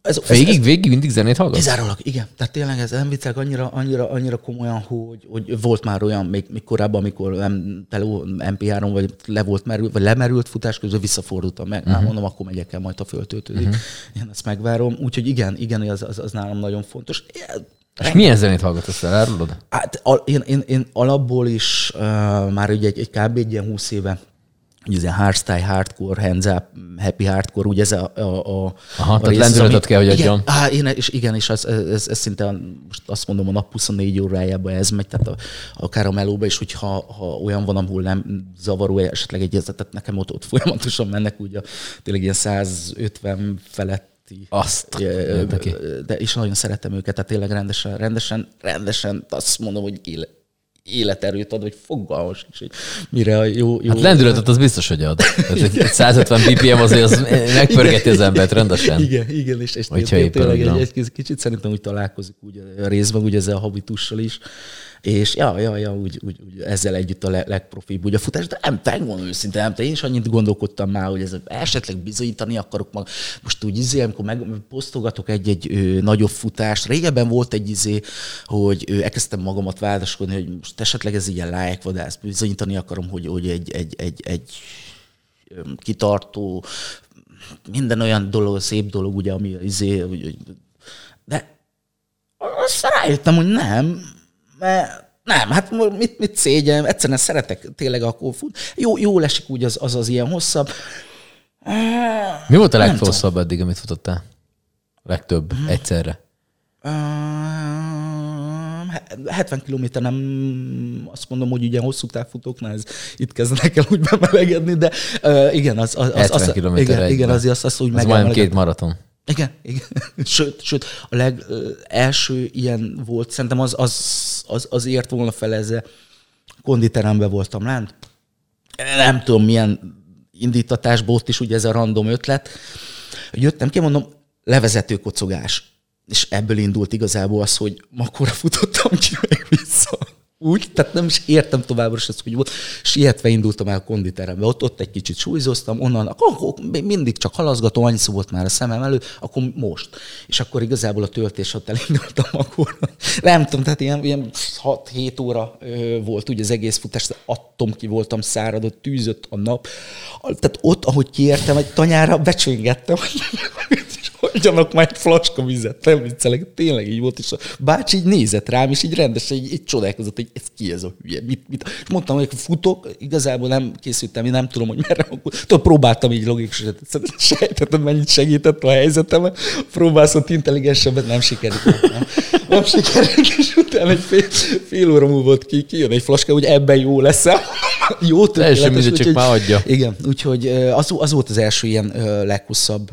Ez, végig, ez, végig mindig zenét hallgat? Kizárólag, igen. Tehát tényleg ez nem viccek annyira, annyira, annyira komolyan, hogy, hogy volt már olyan, még, még korábban, amikor em pé három vagy le volt merült, vagy lemerült futás közben visszafordultam meg. Uh-huh. Mondom, akkor megyek el, majd a föltöltődik. Uh-huh. Én ezt megvárom. Úgyhogy igen, igen, az, az, az nálam nagyon fontos. És Rend... milyen zenét hallgatsz el? Elárulod? Hát al, én, én, én alapból is uh, már ugye egy, egy kb. Egy ilyen húsz éve ugye ez a hardstyle, hardcore, hands up, happy hardcore, ugye ez a, a, a Aha, a tehát lendületet kell, hogy adjon. Á, én, és igen, és ez, ez, ez szinte most azt mondom, a nap huszonnégy órájában ez megy, tehát a, akár a melóba is, hogyha ha olyan van, ahol nem zavaró esetleg egy, tehát nekem ott, ott folyamatosan mennek ugye tényleg ilyen száz ötven felett. Azt. De is nagyon szeretem őket, tehát tényleg rendesen, rendesen, rendesen azt mondom, hogy éle, életerőt ad, hogy fogalmas is, hogy mire a jó... jó hát lendületet az biztos, hogy ad. Egy, egy száz ötven bé pé em azért az megpörgeti az embert rendesen. Igen, igen, és, és tényleg egy, egy kicsit szerintem úgy találkozik úgy a részben, úgy ezzel a habitussal is, és ja, ja, ja, úgy, úgy, úgy ezzel együtt a legprofibb úgy a futás, de nem, megmondom őszintén, nem, én is annyit gondolkodtam már, hogy ez esetleg bizonyítani akarok mag. Most úgy izé, amikor megposztogatok egy-egy ö, nagyobb futást, régebben volt egy izé, hogy ö, elkezdtem magamat vádaskodni, hogy most esetleg ez ilyen lájkvadász, bizonyítani akarom, hogy, hogy egy, egy, egy, egy kitartó, minden olyan dolog, szép dolog, ugye, ami izé, de azt rájöttem, hogy nem, mert nem, hát mit, mit szégyen, egyszerűen szeretek tényleg akkor fut. Jó, jól esik úgy az, az az ilyen hosszabb. Mi volt a leghosszabb eddig, amit futottál? Legtöbb, hmm. egyszerre? hetven kilométer, nem azt mondom, hogy ugye hosszú távfutóknál ez itt kezdenek el úgy bemelegedni, de uh, igen, az, az, az, hetven kilométer igen, igen, az, az, az úgy megemelkedni. Az majdnem két maraton. Igen, igen. Sőt, sőt a legelső ilyen volt, szerintem az, az, az, az ért volna fel ezzel. Konditeremben voltam lent. Nem tudom, milyen indítatásból ott is ugye ez a random ötlet. Jöttem ki, mondom, levezető kocogás. És ebből indult igazából az, hogy makkora futottam ki meg vissza. Úgy, tehát nem is értem továbbra is, hogy volt. Sietve indultam el a konditerembe, ott, ott egy kicsit súlyzoztam, onnan, akkor mindig csak halaszgatom, annyi szó volt már a szemem elő, akkor most. És akkor igazából a töltés ott elindultam akkor. Nem tudom, tehát ilyen, ilyen hat-hét óra ö, volt ugye az egész futás, adtom ki voltam száradott, tűzött a nap. Tehát ott, ahogy kiértem, egy tanyára becsöngettem, hagyjanak már egy flaska vizet, nem viccelek, tényleg így volt, és a bácsi így nézett rám, és így rendesen így, így csodálkozott, hogy ez ki ez a hülye, mit, mit. És mondtam, hogy futok, igazából nem készültem, én nem tudom, hogy merre, akkor próbáltam így logikusan, sejtettem, mennyit segített a helyzetemet, próbálsz ott intelligensebbet, nem sikerült. Nem, nem sikerült, és utána egy fél, fél óra múlva ki, kijön egy flaska, hogy ebben jó lesz. Jó, teljesen mindegy, csak már adja. Igen, úgyhogy az, az volt az első ilyen leghosszabb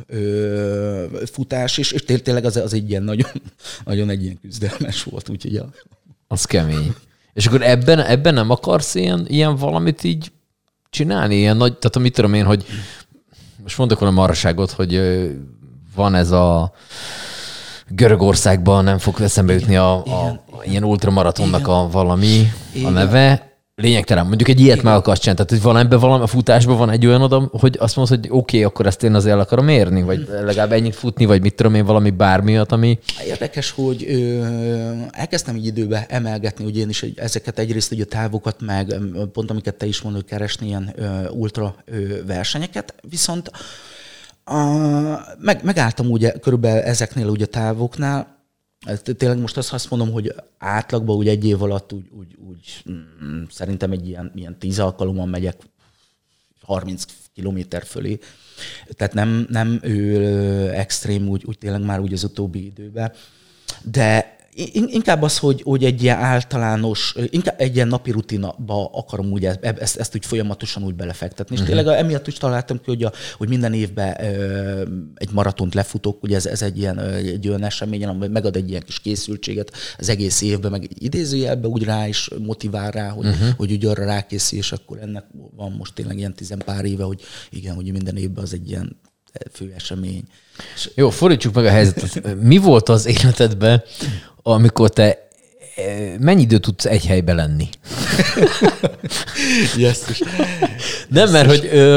futás, és, és tényleg az, az egy ilyen nagyon, nagyon egy ilyen küzdelmes volt, úgyhogy ja. Az kemény. És akkor ebben, ebben nem akarsz ilyen, ilyen valamit így csinálni? Ilyen nagy, tehát amit tudom én, hogy most mondok volna marhaságot, hogy van ez a Görögországban, nem fog eszembe jutni a, a, a ilyen ultramaratonnak a valami, igen. A neve. Lényegtelen. Mondjuk egy ilyet meg akarsz csinálni. Tehát, hogy valamiben, valami a futásban van egy olyan oda, hogy azt mondod, hogy oké, okay, akkor ezt én azért el akarom érni, vagy legalább ennyit futni, vagy mit tudom én, valami bármi olyat, ami... Érdekes, hogy ö, elkezdtem így időbe emelgetni, ugye én is ezeket egyrészt ugye a távokat, meg pont amiket te is mondod, keresni ilyen ö, ultra ö, versenyeket, viszont a, meg, megálltam ugye körülbelül ezeknél ugye a távoknál. Tényleg most azt mondom, hogy átlagban úgy egy év alatt úgy, úgy, úgy mm, szerintem egy ilyen, ilyen tíz alkalommal megyek harminc kilométer fölé. Tehát nem, nem ő extrém úgy, úgy tényleg már úgy az utóbbi időben. De inkább az, hogy, hogy egy ilyen általános, inkább egy ilyen napi rutinba akarom úgy ezt, ezt, ezt úgy folyamatosan úgy belefektetni. És tényleg emiatt is találtam ki, hogy, a, hogy minden évben ö, egy maratont lefutok, ugye ez, ez egy, ilyen, egy olyan esemény, ami megad egy ilyen kis készültséget az egész évben, meg idézőjelben úgy rá is motivál rá, hogy, uh-huh. hogy úgy arra rákészül, és akkor ennek van most tényleg ilyen tizenpár éve, hogy igen, hogy minden évben az egy ilyen fő esemény. Jó, fordítsuk meg a helyzetet. Mi volt az életedben, amikor te mennyi időt tudsz egy helyben lenni? Jesztus. Nem, mert hogy ö,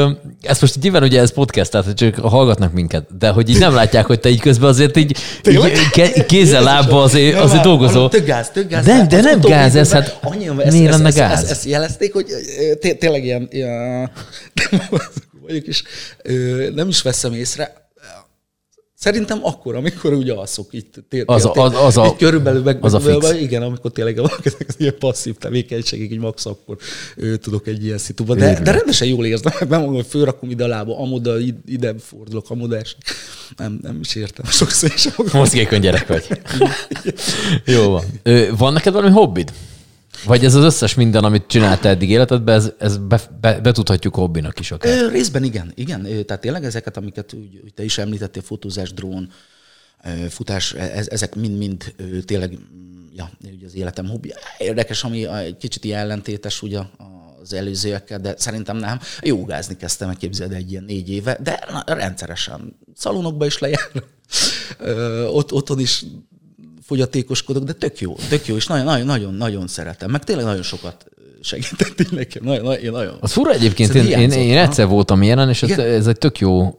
ezt most nyilván ugye ez podcast, tehát csak hallgatnak minket, de hogy így nem látják, hogy te így közben azért így, így kézzel lábba azért, azért dolgozol. Tök gáz, tök gáz. De, de nem gáz ez, hát miért lenne gáz? Ezt, ezt jelezték, hogy tényleg ilyen, ilyen vagyok is, nem is veszem észre. Szerintem akkor, amikor úgy alszok, így, té- az, té- az, az, így körülbelül meg, az meg, meg igen, amikor tényleg ezek az ilyen passzív tevékenységek, így max akkor ő, tudok egy ilyen szituba. De, de rendesen jól érzem, nem mondom, hogy fölrakom ide a lába, amoda, ide fordulok, amoda esik. Nem, nem is értem. Sokszor is magam. Mozgékony gyerek vagy. Jó van. Van neked valami hobbid? Vagy ez az összes minden, amit csináltál eddig életedben, ez, ez be, be, betudhatjuk hobbinak is akár? Ö, részben igen, igen. Tehát tényleg ezeket, amiket úgy, úgy te is említettél, fotózás, drón, futás, ez, ezek mind-mind tényleg ja, ugye az életem hobbi. Érdekes, ami egy kicsit ilyen ellentétes ugye az előzőekkel, de szerintem nem. Jogázni kezdtem, megképzeld egy ilyen négy éve, de na, rendszeresen. Szalonokba is lejár. Ott, otthon is fogyatékoskodok, de tök jó, tök jó, és nagyon-nagyon szeretem. Meg tényleg nagyon sokat segített nekem. Nagyon, nagyon, nagyon. Az fura egyébként, én, én, én egyszer voltam jelen, és ez, ez egy tök jó,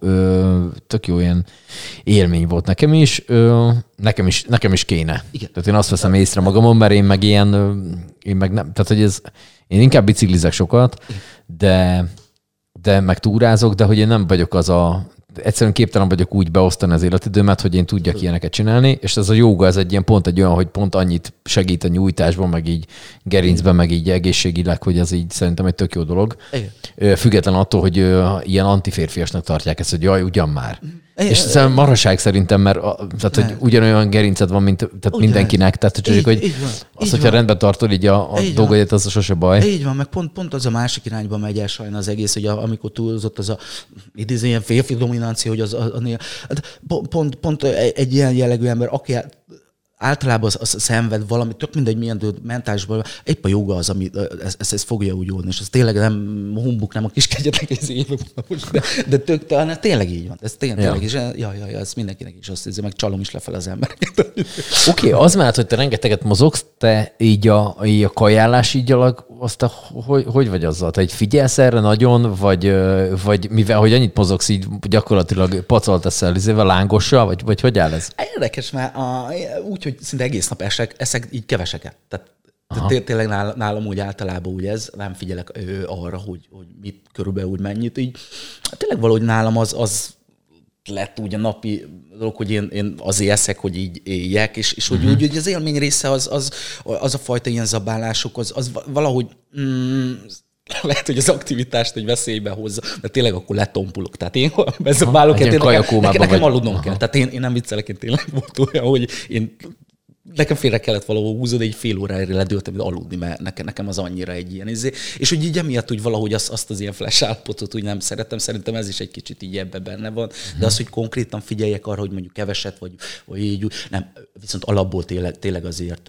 tök jó ilyen élmény volt nekem is. Nekem is, nekem is kéne. Igen. Tehát én azt veszem észre magamon, mert én meg ilyen, én meg nem, tehát hogy ez, én inkább biciklizek sokat, de, de meg túrázok, de hogy én nem vagyok az a, egyszerűen képtelen vagyok úgy beosztani az életidőmet, hogy én tudjak ilyeneket csinálni, és ez a jóga, ez egy ilyen pont egy olyan, hogy pont annyit segít a nyújtásban, meg így gerincben, meg így egészségileg, hogy ez így szerintem egy tök jó dolog. Igen. Független attól, hogy ilyen antiférfiasnak tartják ezt, hogy jaj, ugyan már. Igen. És ez marhaság szerintem, mert tehát, hogy ugyanolyan gerinced van, mint tehát mindenkinek, tehát csak, így, hogy így van, az, így hogyha van. Rendben tartod így a, a dolgodat, az sose baj. Így van, meg pont, pont az a másik irányba megy el sajna az egész, hogy amikor túlzott az a idéző ilyen férfi dominancia, hogy az, az, az pont, pont, pont egy ilyen jellegű ember, aki általában az, az szenved valami, tök mindegy milyen mentálisban, épp a joga az, ami ezt ez, ez fogja úgy oldani, és ez tényleg nem humbuk, nem a kis kegyetek ez évek, de, de tök, talán tényleg így van. Ez tényleg, ja. tényleg és ja, ja, ja, ez mindenkinek is azt hiszi, meg csalom is lefelé az embereket. Oké, okay, az mellett, hogy te rengeteget mozogsz, te így a, így a kajálás így alak, azt a, hogy, hogy vagy azzal? Te így figyelsz erre nagyon, vagy, vagy mivel, hogy annyit mozogsz, így gyakorlatilag pacal teszel izével, lángossal, vagy, vagy hogy áll ez? Érdekes, mert a, úgy, hogy szinte egész nap esek, eszek így keveseket. Tehát té- tényleg nálam, nálam úgy általában úgy ez, nem figyelek ő, arra, hogy, hogy mit körülbelül úgy mennyit. Így, tényleg valahogy nálam az, az lett úgy a napi dolog, hogy én, én azért eszek, hogy így éljek, és, és uh-huh. hogy, úgy, hogy az élmény része az, az, az a fajta ilyen zabálások, az, az valahogy mm, lehet, hogy az aktivitást egy veszélybe hozza, de tényleg akkor letompulok. Tehát én bezabálok, hát nekem, nekem aludnom kell. Tehát én, én nem viccelek, én tényleg volt olyan, hogy én nekem félre kellett valahol húzni, de egy fél órára ledőltem aludni, mert nekem, nekem az annyira egy ilyen izé. És hogy így emiatt úgy valahogy azt, azt az ilyen flash állapotot úgy nem szeretem, szerintem ez is egy kicsit így ebben benne van. De az, hogy konkrétan figyeljek arra, hogy mondjuk keveset, vagy, vagy így úgy, nem, viszont alapból tényleg, tényleg azért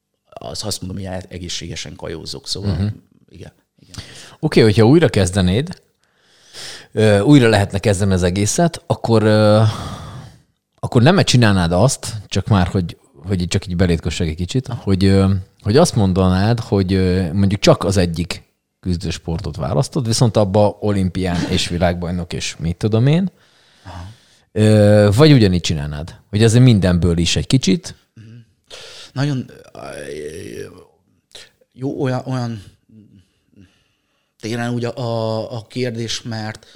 az azt mondom, hogy egészségesen kajózok, szóval uh-huh. igen. igen. Oké, okay, hogyha újra kezdenéd, újra lehetne kezdeni az egészet, akkor, akkor nem csinálnád azt, csak már, hogy hogy csak így belétkosság egy kicsit, hogy, hogy azt mondanád, hogy mondjuk csak az egyik küzdősportot választod, viszont abba olimpián és világbajnok és mit tudom én, aha. Vagy ugyanígy csinálnád, hogy azért mindenből is egy kicsit. Nagyon jó olyan, olyan téren ugye a, a kérdés, mert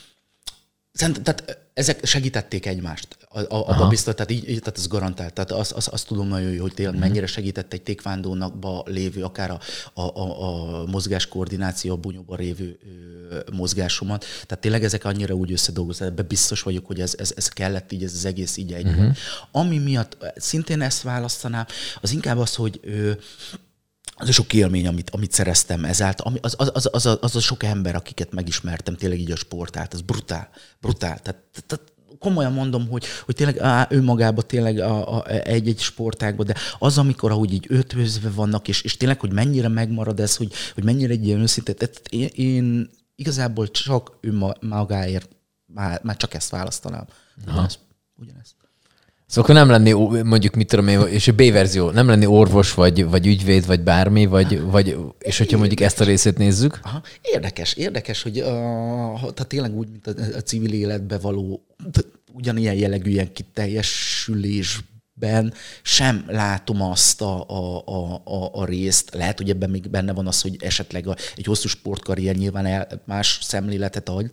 tehát ezek segítették egymást. Abban biztos, tehát, így, tehát ez garantált. Tehát azt, azt, azt tudom nagyon jó, hogy tényleg mennyire segített egy taekwondónakba lévő, akár a, a, a, a mozgáskoordináció, a bunyóban lévő mozgásomat. Tehát tényleg ezek annyira úgy összedolgoztak, ebben biztos vagyok, hogy ez, ez, ez kellett így, ez az egész így egyben. Uh-huh. Ami miatt szintén ezt választanám, az inkább az, hogy az a sok élmény, amit, amit szereztem ezáltal, az, az, az, az, a, az a sok ember, akiket megismertem tényleg így a sportát, az brutál, brutál. Tehát, tehát komolyan mondom, hogy, hogy tényleg á, önmagában tényleg a, a, egy-egy sportágban, de az, amikor ahogy így ötvözve vannak, és, és tényleg, hogy mennyire megmarad ez, hogy, hogy mennyire egy ilyen őszinte, tehát én, én igazából csak önmagáért már, már csak ezt választanám. Ugyanezt. Ugyanez. Szóval akkor nem lenni, mondjuk, mit tudom én, és a B-verzió, nem lenni orvos, vagy, vagy ügyvéd, vagy bármi, vagy, vagy és hogyha mondjuk ezt a részét nézzük. Aha. Érdekes, érdekes, hogy uh, tehát tényleg úgy, mint a, a civil életbe való, ugyanilyen jellegű ilyen kiteljesülésben sem látom azt a, a, a, a részt. Lehet, hogy ebben még benne van az, hogy esetleg a, egy hosszú sportkarrier nyilván el, más szemléletet ad,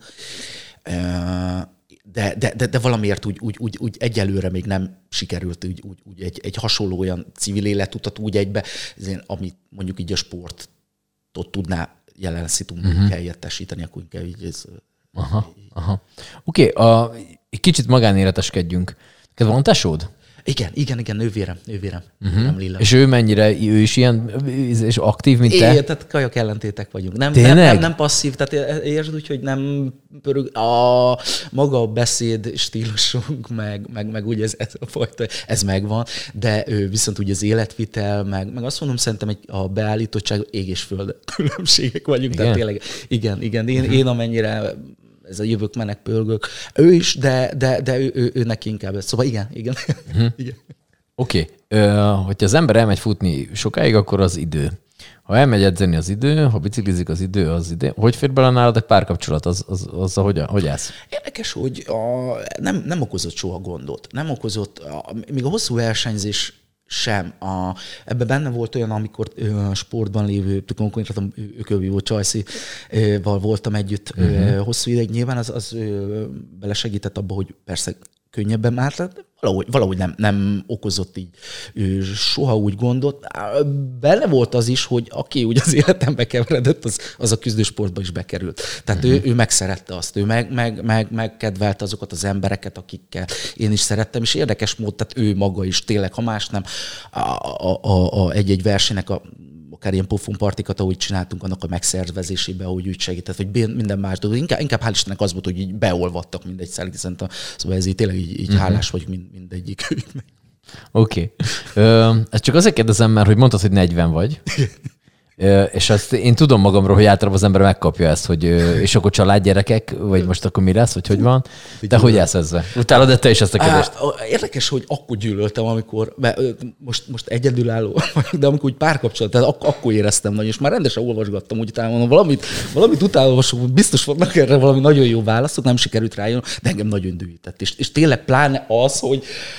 uh, De, de, de, de valamiért úgy, úgy, úgy, úgy egyelőre még nem sikerült úgy, úgy, úgy egy, egy hasonló olyan civil életutat úgy egybe, amit mondjuk így a sportot tudná jelen szitunkban uh-huh. helyettesíteni, akkor inkább így ez... Aha, aha. Oké, okay, egy kicsit magánéleteskedjünk. Neked van tesód? Igen, igen, igen, nővérem, nővérem. Uh-huh. És ő mennyire, ő is ilyen és aktív, mint te? É, tehát kajak ellentétek vagyunk. Nem, nem, nem, nem passzív, tehát érzed úgy, hogy nem pörög, a maga a beszéd stílusunk, meg, meg, meg úgy ez, ez a fajta, ez megvan, de ő viszont úgy az életvitel, meg, meg azt mondom, szerintem egy, a beállítottság ég és föld különbségek vagyunk, igen? Tehát tényleg, igen, igen, én, uh-huh. én amennyire ez a jövök, menek, pörgök. Ő is, de, de, de ő, ő, ő neki inkább. Szóval igen, igen. Uh-huh. igen. Oké. Okay. Hogyha az ember elmegy futni sokáig, akkor az idő. Ha elmegy edzeni az idő, ha biciklizik az idő, az idő. Hogy fér bele nálad egy párkapcsolat? Az, az, az, az hogy, hogy állsz? Érdekes, hogy a, nem, nem okozott soha gondot. Nem okozott, a, még a hosszú versenyzés sem. A, ebben benne volt olyan, amikor a sportban lévő, konkrétan Ökövi volt, Csajcival voltam együtt uh-huh. hosszú ideig. Nyilván az, az belesegített abba, hogy persze könnyebben már, valahogy, valahogy nem, nem okozott így soha úgy gondot. Benne volt az is, hogy aki úgy az életembe keveredett, az, az a küzdősportba is bekerült. Tehát uh-huh. ő, ő megszerette azt, ő meg, meg, meg, megkedvelte azokat az embereket, akikkel én is szerettem, és érdekes mód, tehát ő maga is tényleg, ha más nem, a, a, a, a egy-egy versenynek a akár ilyen pofonpartikat, ahogy csináltunk, annak a megszervezésébe, ahogy úgy segített, vagy minden más dolog. Inkább, inkább hál' Istennek az volt, hogy így beolvadtak mindegy szállít, szerintem. Szóval ez így tényleg így, így uh-huh. hálás vagy mind, mindegyik. Oké. Okay. Ezt csak azért kérdezem, mert hogy mondtad, hogy negyven vagy. És azt én tudom magamról, hogy általában az ember megkapja ezt, hogy és akkor családgyerekek, vagy most akkor mi lesz, vagy hogy van. Te hogy állsz ezzel? Utálod te is ezt a kérdést? Érdekes, hogy akkor gyűlöltem, amikor, most, most egyedülálló vagyok, de amikor úgy párkapcsolat, tehát ak- akkor éreztem nagyon, és már rendesen olvasgattam, úgy utána mondom, valamit, valamit utálolvasok, biztos vannak erre valami nagyon jó válaszok, nem sikerült rájön, de engem nagyon dühített. És, és tényleg pláne az, hogy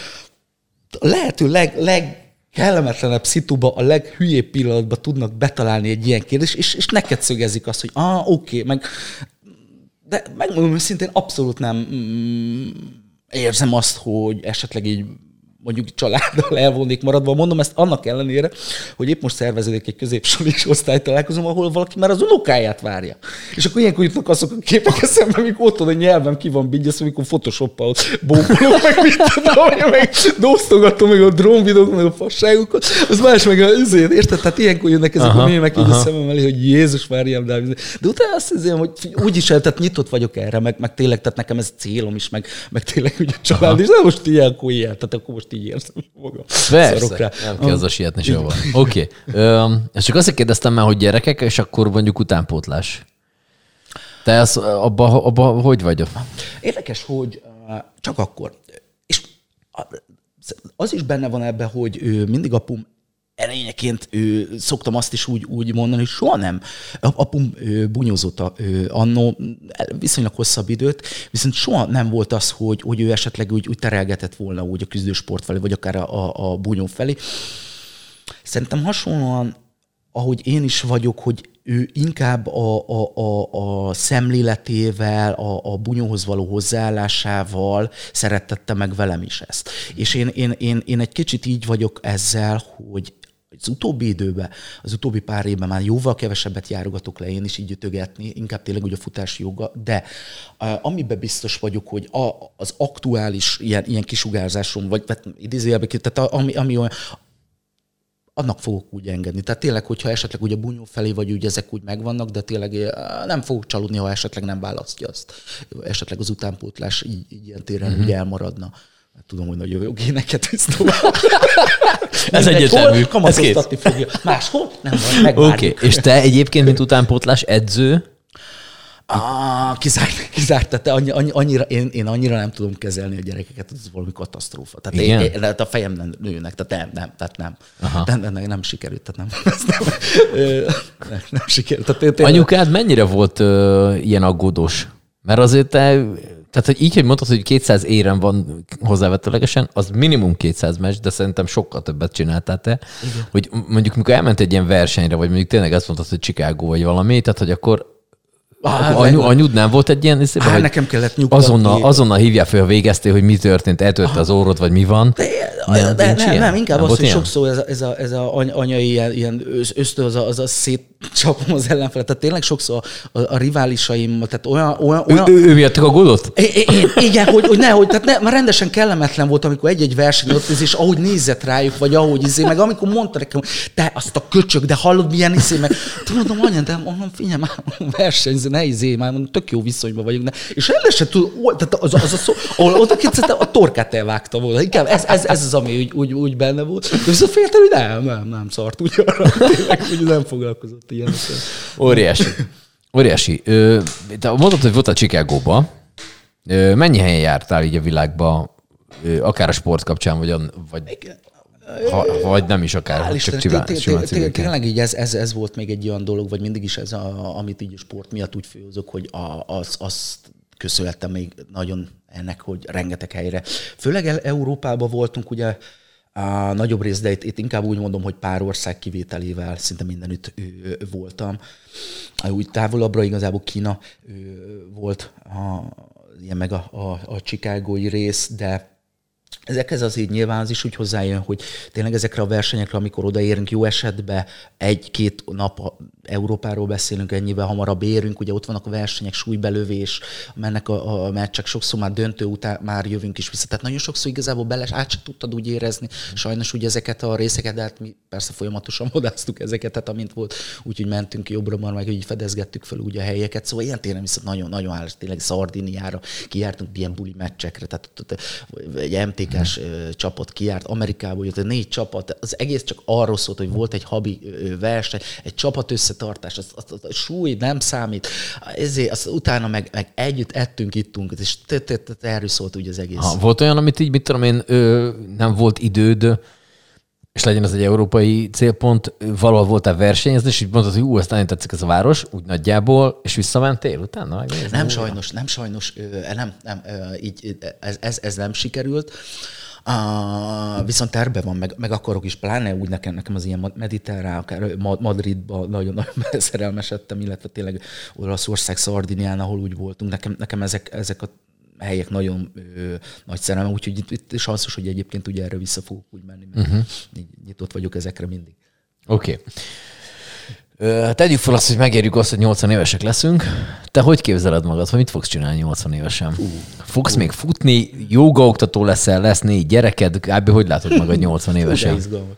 lehető leg, leg kellemetlenebb szituba, a leghülyébb pillanatban tudnak betalálni egy ilyen kérdést, és, és neked szögezik azt, hogy ah, oké, okay, meg de megmondom őszintén, abszolút nem mm, érzem azt, hogy esetleg így mondjuk családdal elvonnék maradva. Mondom ezt annak ellenére, hogy épp most szerveződik egy középsulis osztálytalálkozom, ahol valaki már az unokáját várja. És akkor ilyenkor jutnak azok a képek eszembe, amikor ott van a nyelvem ki van bígyesz, amikor photoshoppal bókolok, meg mit tudom, meg dosztogatom, meg a drónvideók, meg a fasságokat, az más meg az üzét, érted? Tehát ilyenkor jönnek ezek aha, a mémek így a szemem elé, hogy Jézus várjam, de, de utána azt hiszem, hogy úgyis el, tehát nyitott vagyok erre, meg, meg tényleg, tehát nekem ez célom is, meg, meg tényleg ugye a család is, de most ilyenkor ilyen, tehát akkor most így érzem magam. Persze, nem kell azzal sietni sehova. Oké. Okay. Ezt csak azt kérdeztem már, hogy gyerekek, és akkor mondjuk utánpótlás. Te az, abba, abba hogy vagy? Érdekes, hogy csak akkor. És az is benne van ebben, hogy mindig apum erényeként ő, szoktam azt is úgy, úgy mondani, hogy soha nem. Apum bunyózott annó viszonylag hosszabb időt, viszont soha nem volt az, hogy, hogy ő esetleg úgy, úgy terelgetett volna úgy a küzdősport felé, vagy akár a, a bunyó felé. Szerintem hasonlóan, ahogy én is vagyok, hogy ő inkább a, a, a, a szemléletével, a, a bunyóhoz való hozzáállásával szerettette meg velem is ezt. És én, én, én, én egy kicsit így vagyok ezzel, hogy az utóbbi időben, az utóbbi pár évben már jóval kevesebbet járogatok le én is így ütögetni, inkább tényleg ugye a futási joga, de amiben biztos vagyok, hogy a, az aktuális ilyen, ilyen kisugárzásom, vagy idézőjelben, tehát ami, ami olyan, annak fogok úgy engedni. Tehát tényleg, hogyha esetleg ugye a bunyó felé vagy úgy ezek úgy megvannak, de tényleg nem fogok csalódni, ha esetleg nem választja azt. Esetleg az utánpótlás így, így ilyen téren mm-hmm. úgy elmaradna. Tudom, hogy nagy jövő géneket visz tovább. Ez egyértelmű. Kamatoztatni fogja. Máshol? Nem van, megvárjuk. Oké, okay. És te egyébként, mint utánpótlás edző? Ah, kizárt, kizárt. Tehát annyi, annyi, annyira, én, én annyira nem tudom kezelni a gyerekeket, ez valami katasztrófa. Tehát én, én, én, a fejem nem nőnek, tehát nem, nem, tehát nem. Nem, nem, nem, nem sikerült, tehát nem. nem, nem, nem sikerült. Tehát tényleg... Anyukád mennyire volt uh, ilyen aggódós? Mert azért te, tehát hogy így, hogy mondtad, hogy kétszáz érem van hozzávetőlegesen, az minimum kétszáz meccs, de szerintem sokkal többet csináltál te. Igen. Hogy mondjuk, mikor elment egy ilyen versenyre, vagy mondjuk tényleg azt mondtad, hogy Chicago vagy valami, tehát hogy akkor Ah, anyu, anyud nem volt egy ilyen, Há, hogy nekem kellett nyugtatni. Azonnal, azonnal hívják fel, ha végeztél, hogy mi történt, eltörte az orrod, vagy mi van. De, nem, de, nem, nem, inkább nem az, hogy ilyen? Sokszor ez a, ez a, ez a anyai ilyen, ilyen ösztő, az a, az a szétcsapom az ellenfelet. Tehát tényleg sokszor a, a riválisaim, tehát olyan... olyan, olyan... Ő, ő, ő miattak aggódott? Én, igen, hogy, hogy nehogy, tehát ne, már rendesen kellemetlen volt, amikor egy-egy verseny ott és ahogy nézett rájuk, vagy ahogy izé, meg amikor mondta nekem, te azt a köcsög, de hallod milyen izé, meg tudom, anya, de mondom, figyelj már, versenyző, ne izé, már mondom, tök jó viszonyban vagyunk. Ne? És rendesen tud, tehát az, az a szó, ahol oda kétszer a torkát elvágta volna. Inkább ez, ez, ez az, ami úgy, úgy, úgy benne volt. De viszont féltem, hogy nem, nem, nem szart úgy arra, tényleg, hogy nem foglalkozott ilyen. Óriási. Óriási. De mondtad, hogy volt a Chicagóba. Mennyi helyen jártál így a világba, akár a sport kapcsán, vagy, vagy, ha, vagy nem is akár, csak simán civil. Tényleg így ez, ez, ez volt még egy olyan dolog, vagy mindig is ez, a, amit így a sport miatt úgy főzök, hogy a, az, azt köszönhettem még nagyon ennek, hogy rengeteg helyre. Főleg Európában voltunk, ugye, a nagyobb rész, de itt, itt inkább úgy mondom, hogy pár ország kivételével szinte mindenütt ő, voltam. Úgy távolabbra igazából Kína volt a, ilyen meg a, a, a chicagói rész, de ezekhez azért nyilván az is úgy hozzájön, hogy tényleg ezekre a versenyekre, amikor odaérünk, jó esetben egy-két nap Európáról beszélünk, ennyivel hamarabb érünk, ugye ott vannak a versenyek, súlybelövés, mennek a, a meccsek, sokszor már döntő után már jövünk is vissza. Tehát nagyon sokszor igazából bele, át sem tudtad úgy érezni. Sajnos ugye ezeket a részeket, de hát mi persze folyamatosan modáztuk ezeket, tehát amint volt, úgyhogy mentünk jobbra, már meg így fedezgettük fel úgy a helyeket. Szóval ilyen téren viszont nagyon, nagyon állás, tényleg Szardiniára kijártunk ilyen buli meccsekre, tehát egy em té ká-s csapat kijárt Amerikából, jött négy csapat, az egész csak arról szólt, hogy volt egy habi verseny, egy csapat összetartás, az, az, az, az súly nem számít, ezért az, utána meg, meg együtt ettünk, ittunk, és erről szólt úgy az egész. Ha, volt olyan, amit így, mit tudom én, ö, nem volt időd, és legyen ez egy európai célpont, valahol voltál versenyezni, és így mondtad, hogy ú, ezt nagyon tetszik ez a város, úgy nagyjából, és visszamentél utána? Megnézni, nem sajnos, nem sajnos, nem, nem, így, ez, ez, ez nem sikerült. Uh, viszont terve van, meg, meg akarok is, pláne úgy nekem, nekem az ilyen mediterrán, akár Madridban nagyon-nagyon szerelmesedtem, illetve tényleg Olaszország, Szardinián, ahol úgy voltunk, nekem, nekem ezek, ezek a helyek nagyon ö, nagy szerelme, úgyhogy itt, itt sanszos, hogy egyébként ugye erre vissza fogok úgy menni, mert uh-huh. nyitott vagyok ezekre mindig. Oké. Okay. Tegyük fel azt, hogy megérjük azt, hogy nyolcvan évesek leszünk. Te hogy képzeled magad, hogy mit fogsz csinálni nyolcvan évesen? Uh, fogsz uh. még futni, jógaoktató leszel, lesz négy gyereked, kb. Hogy látod magad nyolcvan évesen? Uh, uh.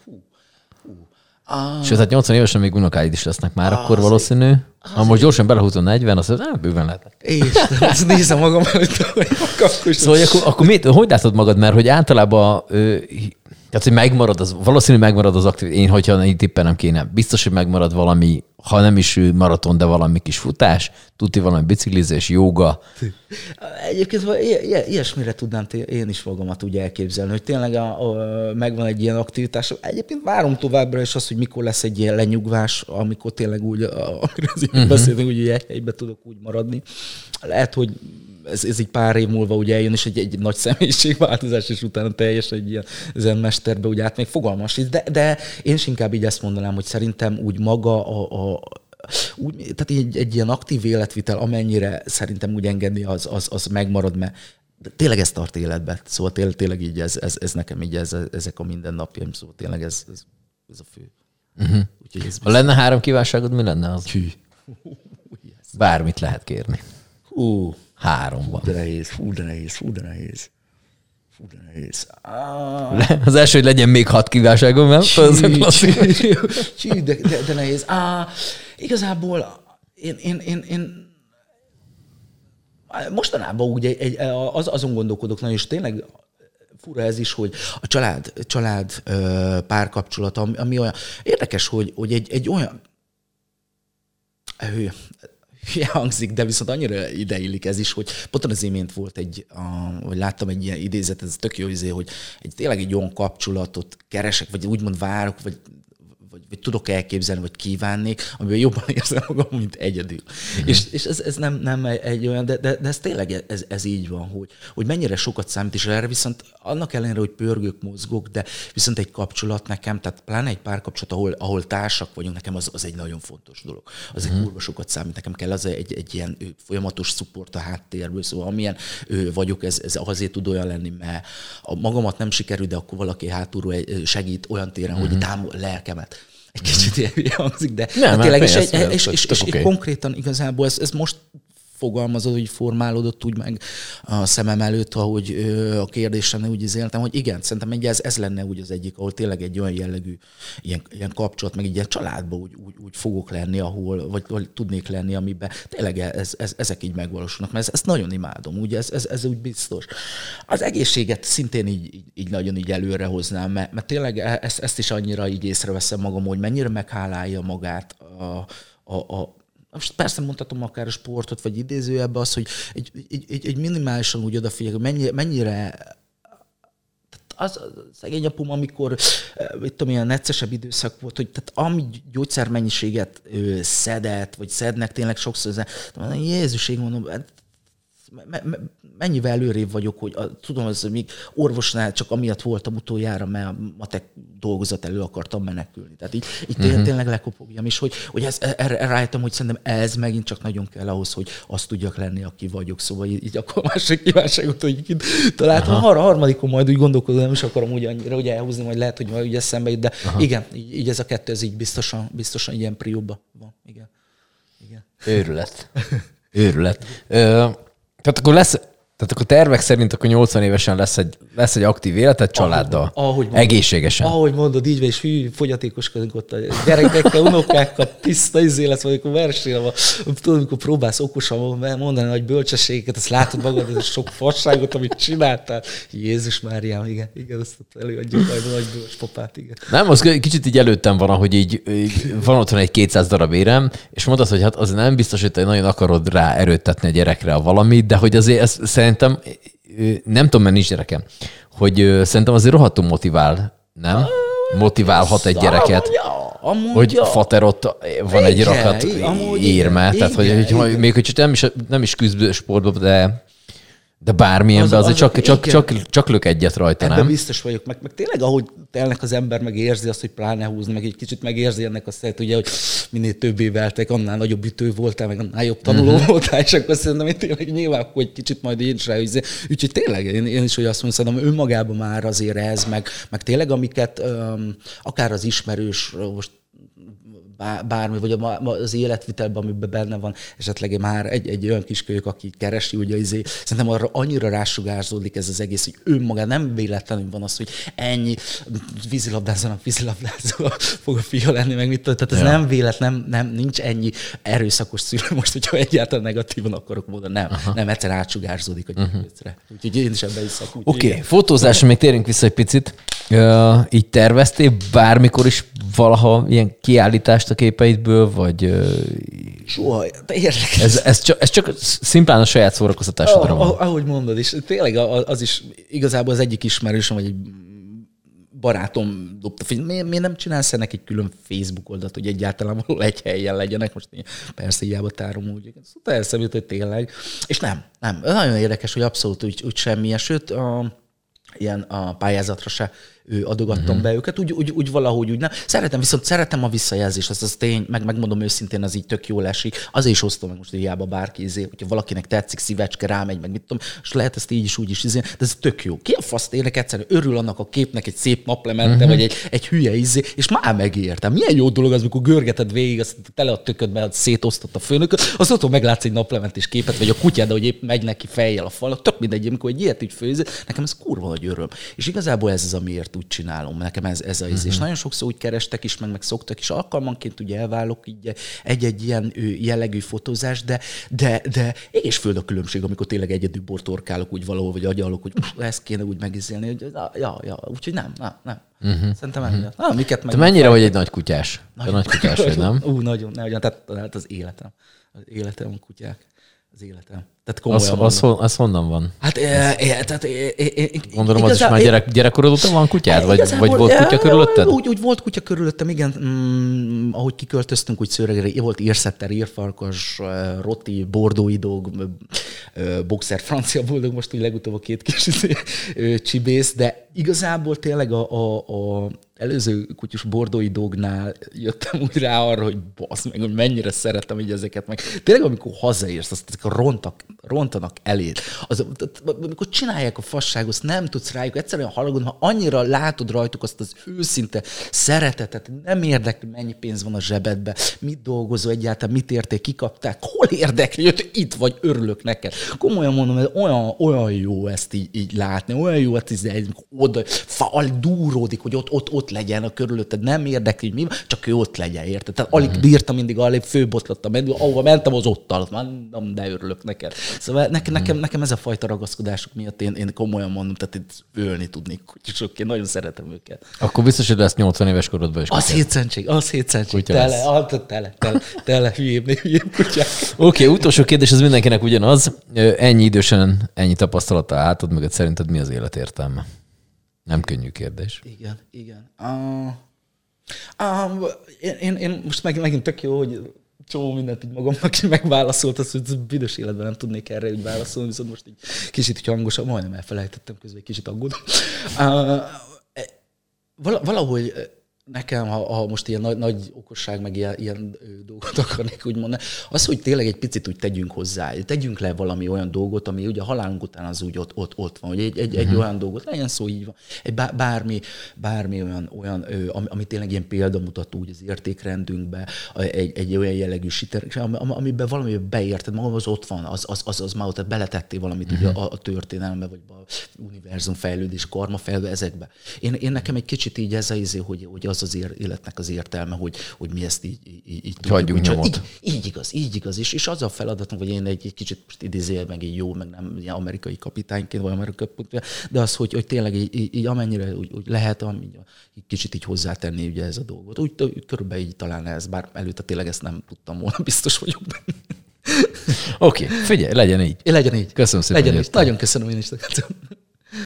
Uh. Sőt, hát nyolcvan évesen még unokáid is lesznek már, uh, akkor valószínű. Ha most gyorsan belehúzom negyven, azt mondja, bőven lehet. Isten, azt nézem magam, hogy kakos. Szóval akkor, akkor mit, hogy látod magad, mert hogy általában... Ö, Tehát, hogy megmarad, az, valószínűleg megmarad az aktív. Én, hogyha így tippelnem kéne, biztos, hogy megmarad valami, ha nem is maraton, de valami kis futás, tudti valami biciklizés, jóga. Egyébként ilyesmire tudnám én is magamat úgy elképzelni, hogy tényleg a, a, megvan egy ilyen aktivitás. Egyébként várom továbbra is azt, hogy mikor lesz egy ilyen lenyugvás, amikor tényleg úgy, amiről uh-huh. beszélünk, hogy egy helyben tudok úgy maradni. Lehet, hogy Ez, ez egy pár év múlva ugye eljön, és egy, egy nagy személyiségváltozás, és utána teljesen egy ilyen zenmesterbe úgy át még fogalmas is. De, de én is inkább így ezt mondanám, hogy szerintem úgy maga a, a úgy, tehát egy, egy ilyen aktív életvitel, amennyire szerintem úgy engedni, az, az, az megmarad, mert tényleg ez tart életbe. Szóval tényleg, tényleg így ez, ez, ez nekem így, ez, ezek a mindennapjaim, szóval tényleg ez, ez, ez a fő. Uh-huh. Ez ha lenne három kívánságod, mi lenne az? Hű. Bármit lehet kérni. Hú. Háromban. Fú, de nehéz, fú, de nehéz, fú, de nehéz. Fú, de nehéz. Ah. Az első, hogy legyen még hat kívánságom, nem? Csí, csí, de, de, de nehéz. Ah, igazából én, én, én, én mostanában úgy egy, egy, az, azon gondolkodok nagyon, és tényleg fura ez is, hogy a család, család párkapcsolat, ami, ami olyan érdekes, hogy, hogy egy, egy olyan hű, hangzik, de viszont annyira ideillik ez is, hogy pont az imént volt egy, a, vagy láttam egy ilyen idézet, ez tök jó izé, hogy egy, tényleg egy olyan kapcsolatot keresek, vagy úgymond várok, vagy Vagy, vagy tudok elképzelni, vagy kívánnék, amiben jobban érzem magam, mint egyedül. Uh-huh. És, és ez, ez nem, nem egy olyan, de, de, de ez tényleg ez, ez így van, hogy, hogy mennyire sokat számít, és erre viszont annak ellenére, hogy pörgök, mozgok, de viszont egy kapcsolat nekem, tehát pláne egy párkapcsolat, ahol, ahol társak vagyunk, nekem az, az egy nagyon fontos dolog. Az uh-huh. egy kurva sokat számít, nekem kell az egy, egy ilyen folyamatos support a háttérből, szóval amilyen ő vagyok, ez, ez azért tud olyan lenni, mert a magamat nem sikerül, de akkor valaki hátulról segít olyan téren, uh-huh. hogy támol lelkemet. Egy kicsit ilyen hangzik, de nem, tényleg, és, és, és, és, és okay. konkrétan igazából ez, ez most fogalmazod, hogy formálódott úgy meg a szemem előtt, ahogy a kérdésemnél úgy izéltem, hogy igen, szerintem egy ez, ez lenne úgy az egyik, ahol tényleg egy olyan jellegű ilyen, ilyen kapcsolat, meg egy ilyen családban úgy, úgy, úgy fogok lenni, ahol, vagy, vagy tudnék lenni, amiben tényleg ez, ez, ezek így megvalósulnak, mert ezt, ezt nagyon imádom, ugye ez, ez, ez úgy biztos. Az egészséget szintén így, így, így nagyon így előre hoznám, mert, mert tényleg ezt, ezt is annyira így észreveszem magam, hogy mennyire meghálálja magát a, a, a most persze mondhatom akár a sportot, vagy idézőjelben az, hogy egy, egy, egy, egy minimálisan úgy odafigyelek, mennyire, mennyire az, az szegény apum, amikor itt tudom, ilyen neccesebb időszak volt, hogy tehát ami gyógyszermennyiséget ő, szedett, vagy szednek tényleg sokszor, Jézus, én mondom, me, me, mennyivel előrébb vagyok, hogy a, tudom, hogy még orvosnál csak amiatt voltam utoljára, mert a matek dolgozat elő akartam menekülni. Tehát így, így uh-huh. tényleg lekopogjam, és hogy, hogy ez, erre rájöttem, hogy szerintem ez megint csak nagyon kell ahhoz, hogy azt tudjak lenni, aki vagyok. Szóval így, így akkor másik kívánságot, hogy így találtam. Uh-huh. A harmadikon majd úgy gondolkodom, nem is akarom úgy annyira hogy elhúzni, majd lehet, hogy majd ugye eszembe jut, de uh-huh. igen, így, így ez a kettő, ez így biztosan, biztosan ilyen prióban van. Igen. Igen. Őrület. Őrület. Ö, tehát akkor lesz... Tehát akkor tervek szerint akkor nyolcvan évesen lesz egy, lesz egy aktív életed családdal. Ahogy, ahogy mondod, egészségesen. Ahogy mondod, így van, és hű, fogyatékoskodunk ott a gyerekekkel, unokákkal, tiszta izé lesz, vagy akkor versél, tudod, amikor próbálsz okosan mondani nagy bölcsességeket, azt látod magad, ez sok fasságot, amit csináltál. Jézus Máriám, igen, igen, azt előadjuk majd a nagy bölcspapát, igen. Nem, az kicsit így előttem van, ahogy így, így van otthon egy kétszáz darab érem, és mondod, hogy hát az nem biztos, hogy te nagyon akarod rá erőltetni a gyerekre a valamit, de hogy azért ez szerintem, nem tudom, mert nincs gyerekem, hogy szerintem azért rohadtul motivál, nem? Motiválhat egy gyereket, amúgy hogy ja. fater ott van egy igen, rakat amúgy érme, igen, tehát igen, hogy, hogy még hogy nem is, nem is küzd sportba, de de bármilyenben, az, azért az, csak, csak, csak, csak lök egyet rajta, ebben nem? vagyok. Meg, meg tényleg, ahogy telnek az ember, meg érzi azt, hogy pláne húzni, meg egy kicsit megérzi ennek a szeret, ugye, hogy minél több éveltek, annál nagyobb ütő voltál, meg annál jobb tanuló uh-huh. voltál, és akkor szerintem én tényleg nyilván, hogy egy kicsit majd én is ráüzzé. Úgyhogy tényleg én, én is, hogy azt mondom, szerintem önmagában már azért ez, meg, meg tényleg amiket um, akár az ismerős, most bármi, vagy az életvitelben, amiben benne van, esetleg már egy, egy olyan kiskölyök, aki keresi, ugye izé, szerintem arra annyira rásugárzódik ez az egész, hogy önmaga nem véletlenül van az, hogy ennyi vízilabdázanak, vízilabdázó fog a fia lenni, meg mit tehát ez ja. nem véletlen, nem, nem, nincs ennyi erőszakos szülő most, hogyha egyáltalán negatívan akarok mondani, nem, Aha. nem egyszer rásugárzódik a gyermekre. Uh-huh. Úgyhogy én is ebben hiszek. Oké, okay. Fotózásra még térjünk vissza egy picit. Uh, így terveztél bármikor is valaha ilyen kiállítást a képeidből, vagy... Uh, Soha, de érdekes. Ez, ez, csak, ez csak szimplán a saját szórakoztatásodra ah, van. Ahogy mondod, és tényleg az is igazából az egyik ismerősöm, vagy egy barátom dobta, hogy miért, miért nem csinálsz ennek egy külön Facebook oldalt, hogy egyáltalán valahol egy helyen legyenek, most persze hiába tárom úgy, szóval elszemült, hogy tényleg. És nem, nem. Nagyon érdekes, hogy abszolút úgy, úgy semmilyen, sőt, a, ilyen a pályázatra se ő adogattam uh-huh. be őket, úgy, úgy, úgy valahogy úgy nem. Szeretem, viszont szeretem a visszajelzést, azt az tény, meg megmondom őszintén, az így tök jól esik. Azért is hoztam meg most, hogy hiába bárki izé, hogyha valakinek tetszik, szívecske rámegy, meg mit tudom, és lehet ezt így is úgy is izé, de ez tök jó. Ki a fasz tényleg egyszerűen örül annak a képnek egy szép naplemente, uh-huh. vagy egy, egy hülye izé, és már megértem. Milyen jó dolog az, amikor görgeted végig, azt tele a tököd, mert szétosztott a főnököt, az otthon meglátsz egy naplementés képet, vagy a kutyád, hogy épp megy neki fejjel a falnak, tök mindegy, amikor egy ilyet így főző, nekem ez kurva nagy öröm. És igazából ez az, amiért úgy csinálom. Nekem ez, ez az. Uh-huh. És nagyon sokszor úgy kerestek is, meg, meg szoktak is. Alkalmanként ugye elválok így egy-egy ilyen jellegű fotózás, de, de, de és föld a különbség, amikor tényleg egyedül bortorkálok úgy valahol, vagy agyalok, hogy ezt kéne úgy megizélni, hogy ja, ja, úgyhogy nem, nem, nem. Uh-huh. Szerintem emiatt. Uh-huh. Miket meg... Te mennyire vagy egy nagy kutyás? Te nagy kutyás vagy, nem? Ú, nagyon, nagyon. Tehát, tehát az életem. Az életem a kutyák. Az életem. Tehát az, az, hon, az honnan van? Hát, e, e, tehát e, e, e, gondolom, igazán, az is már gyerek, gyerekkorod után van kutyád? Vagy, vagy volt kutya körülötted? Úgy, úgy volt kutya körülöttem, igen. Mm, ahogy kiköltöztünk, úgy Szőregre, volt írszetter, írfarkas, roti, bordói dog, boxer, francia boldog, most úgy legutóbb a két kis csibész, de igazából tényleg a, a, a előző kutyus bordói dognál jöttem úgy rá arra, hogy basz meg, hogy mennyire szeretem így ezeket meg. Tényleg, amikor hazaérsz, azt ezek rontak, rontanak eléd. Az, amikor csinálják a fasságot, azt nem tudsz rájuk egyszerűen hallgatni, ha annyira látod rajtuk azt az őszinte szeretetet, nem érdekli, mennyi pénz van a zsebedben, mit dolgozol egyáltalán, mit érték, kikapták, hol érdekli, hogy itt vagy, örülök neked. Komolyan mondom, hogy olyan, olyan jó ezt így, így látni, olyan jó ezt így, oda, fal dúródik, hogy ott, ott, ott legyen a körülötted, nem érdekli, mi van, csak ő ott legyen, érted? Tehát alig bírtam mindig, alig főbotlottam, ahova mentem, az ott alatt, mondom, de örülök neked. Szóval nekem, nekem, nekem ez a fajta ragaszkodások miatt én, én komolyan mondom, tehát itt ölni tudnék kutyusokként, nagyon szeretem őket. Akkor biztos, hogy lesz nyolcvan éves korodban is. Az hétszentség, az hétszentség, tele, tele, tele, tele, tele, hülyébb, hülyébb kutyák. Oké, okay, utolsó kérdés, ez mindenkinek ugyanaz. Ennyi idősen, ennyi tapasztalata átad mögött, szerinted mi az élet értelme? Nem könnyű kérdés. Igen, igen. Uh, uh, én, én, én most meg, megint tök jó, hogy csomó mindent így magamnak megválaszolt, azt, hogy büdös életben nem tudnék erre így válaszolni, viszont most így kicsit hangosan, majdnem elfelejtettem közben, egy kicsit aggódom. Uh, valahogy nekem, ha, ha most ilyen nagy, nagy okosság, meg ilyen, ilyen dolgot akarnék úgy mondani, az, hogy tényleg egy picit úgy tegyünk hozzá, tegyünk le valami olyan dolgot, ami ugye a halálunk után az úgy ott, ott, ott van, hogy egy, egy, egy uh-huh. olyan dolgot, legyen szó így van, egy bármi, bármi olyan, olyan ami, ami tényleg ilyen példamutató úgy az értékrendünkbe, egy, egy olyan jellegű siker, amiben valami beérted, magam az ott van, az, az, az, az már ott beletettél valamit uh-huh. ugye a, a történelembe, vagy a univerzum fejlődés, karma fejlődés, ezekbe. Én, én nekem egy kicsit így ez a izé, hogy, hogy az az életnek az értelme, hogy, hogy mi ezt így, így, így tudjuk. Így, így igaz, így igaz. És, és az a feladatunk, hogy én egy, egy kicsit most idézél meg így jó, meg nem ilyen amerikai kapitányként, vagy amerikai, de az, hogy, hogy tényleg így, így, így amennyire úgy, úgy lehet, így kicsit így hozzátenni ugye ez a dolgot. Úgy, úgy körülbelül így talán ez, bár előtte tényleg ezt nem tudtam volna, biztos vagyok benne. Oké, okay, figyelj, legyen így. Legyen így. Köszönöm szépen. Legyen így. Nagyon köszönöm én is.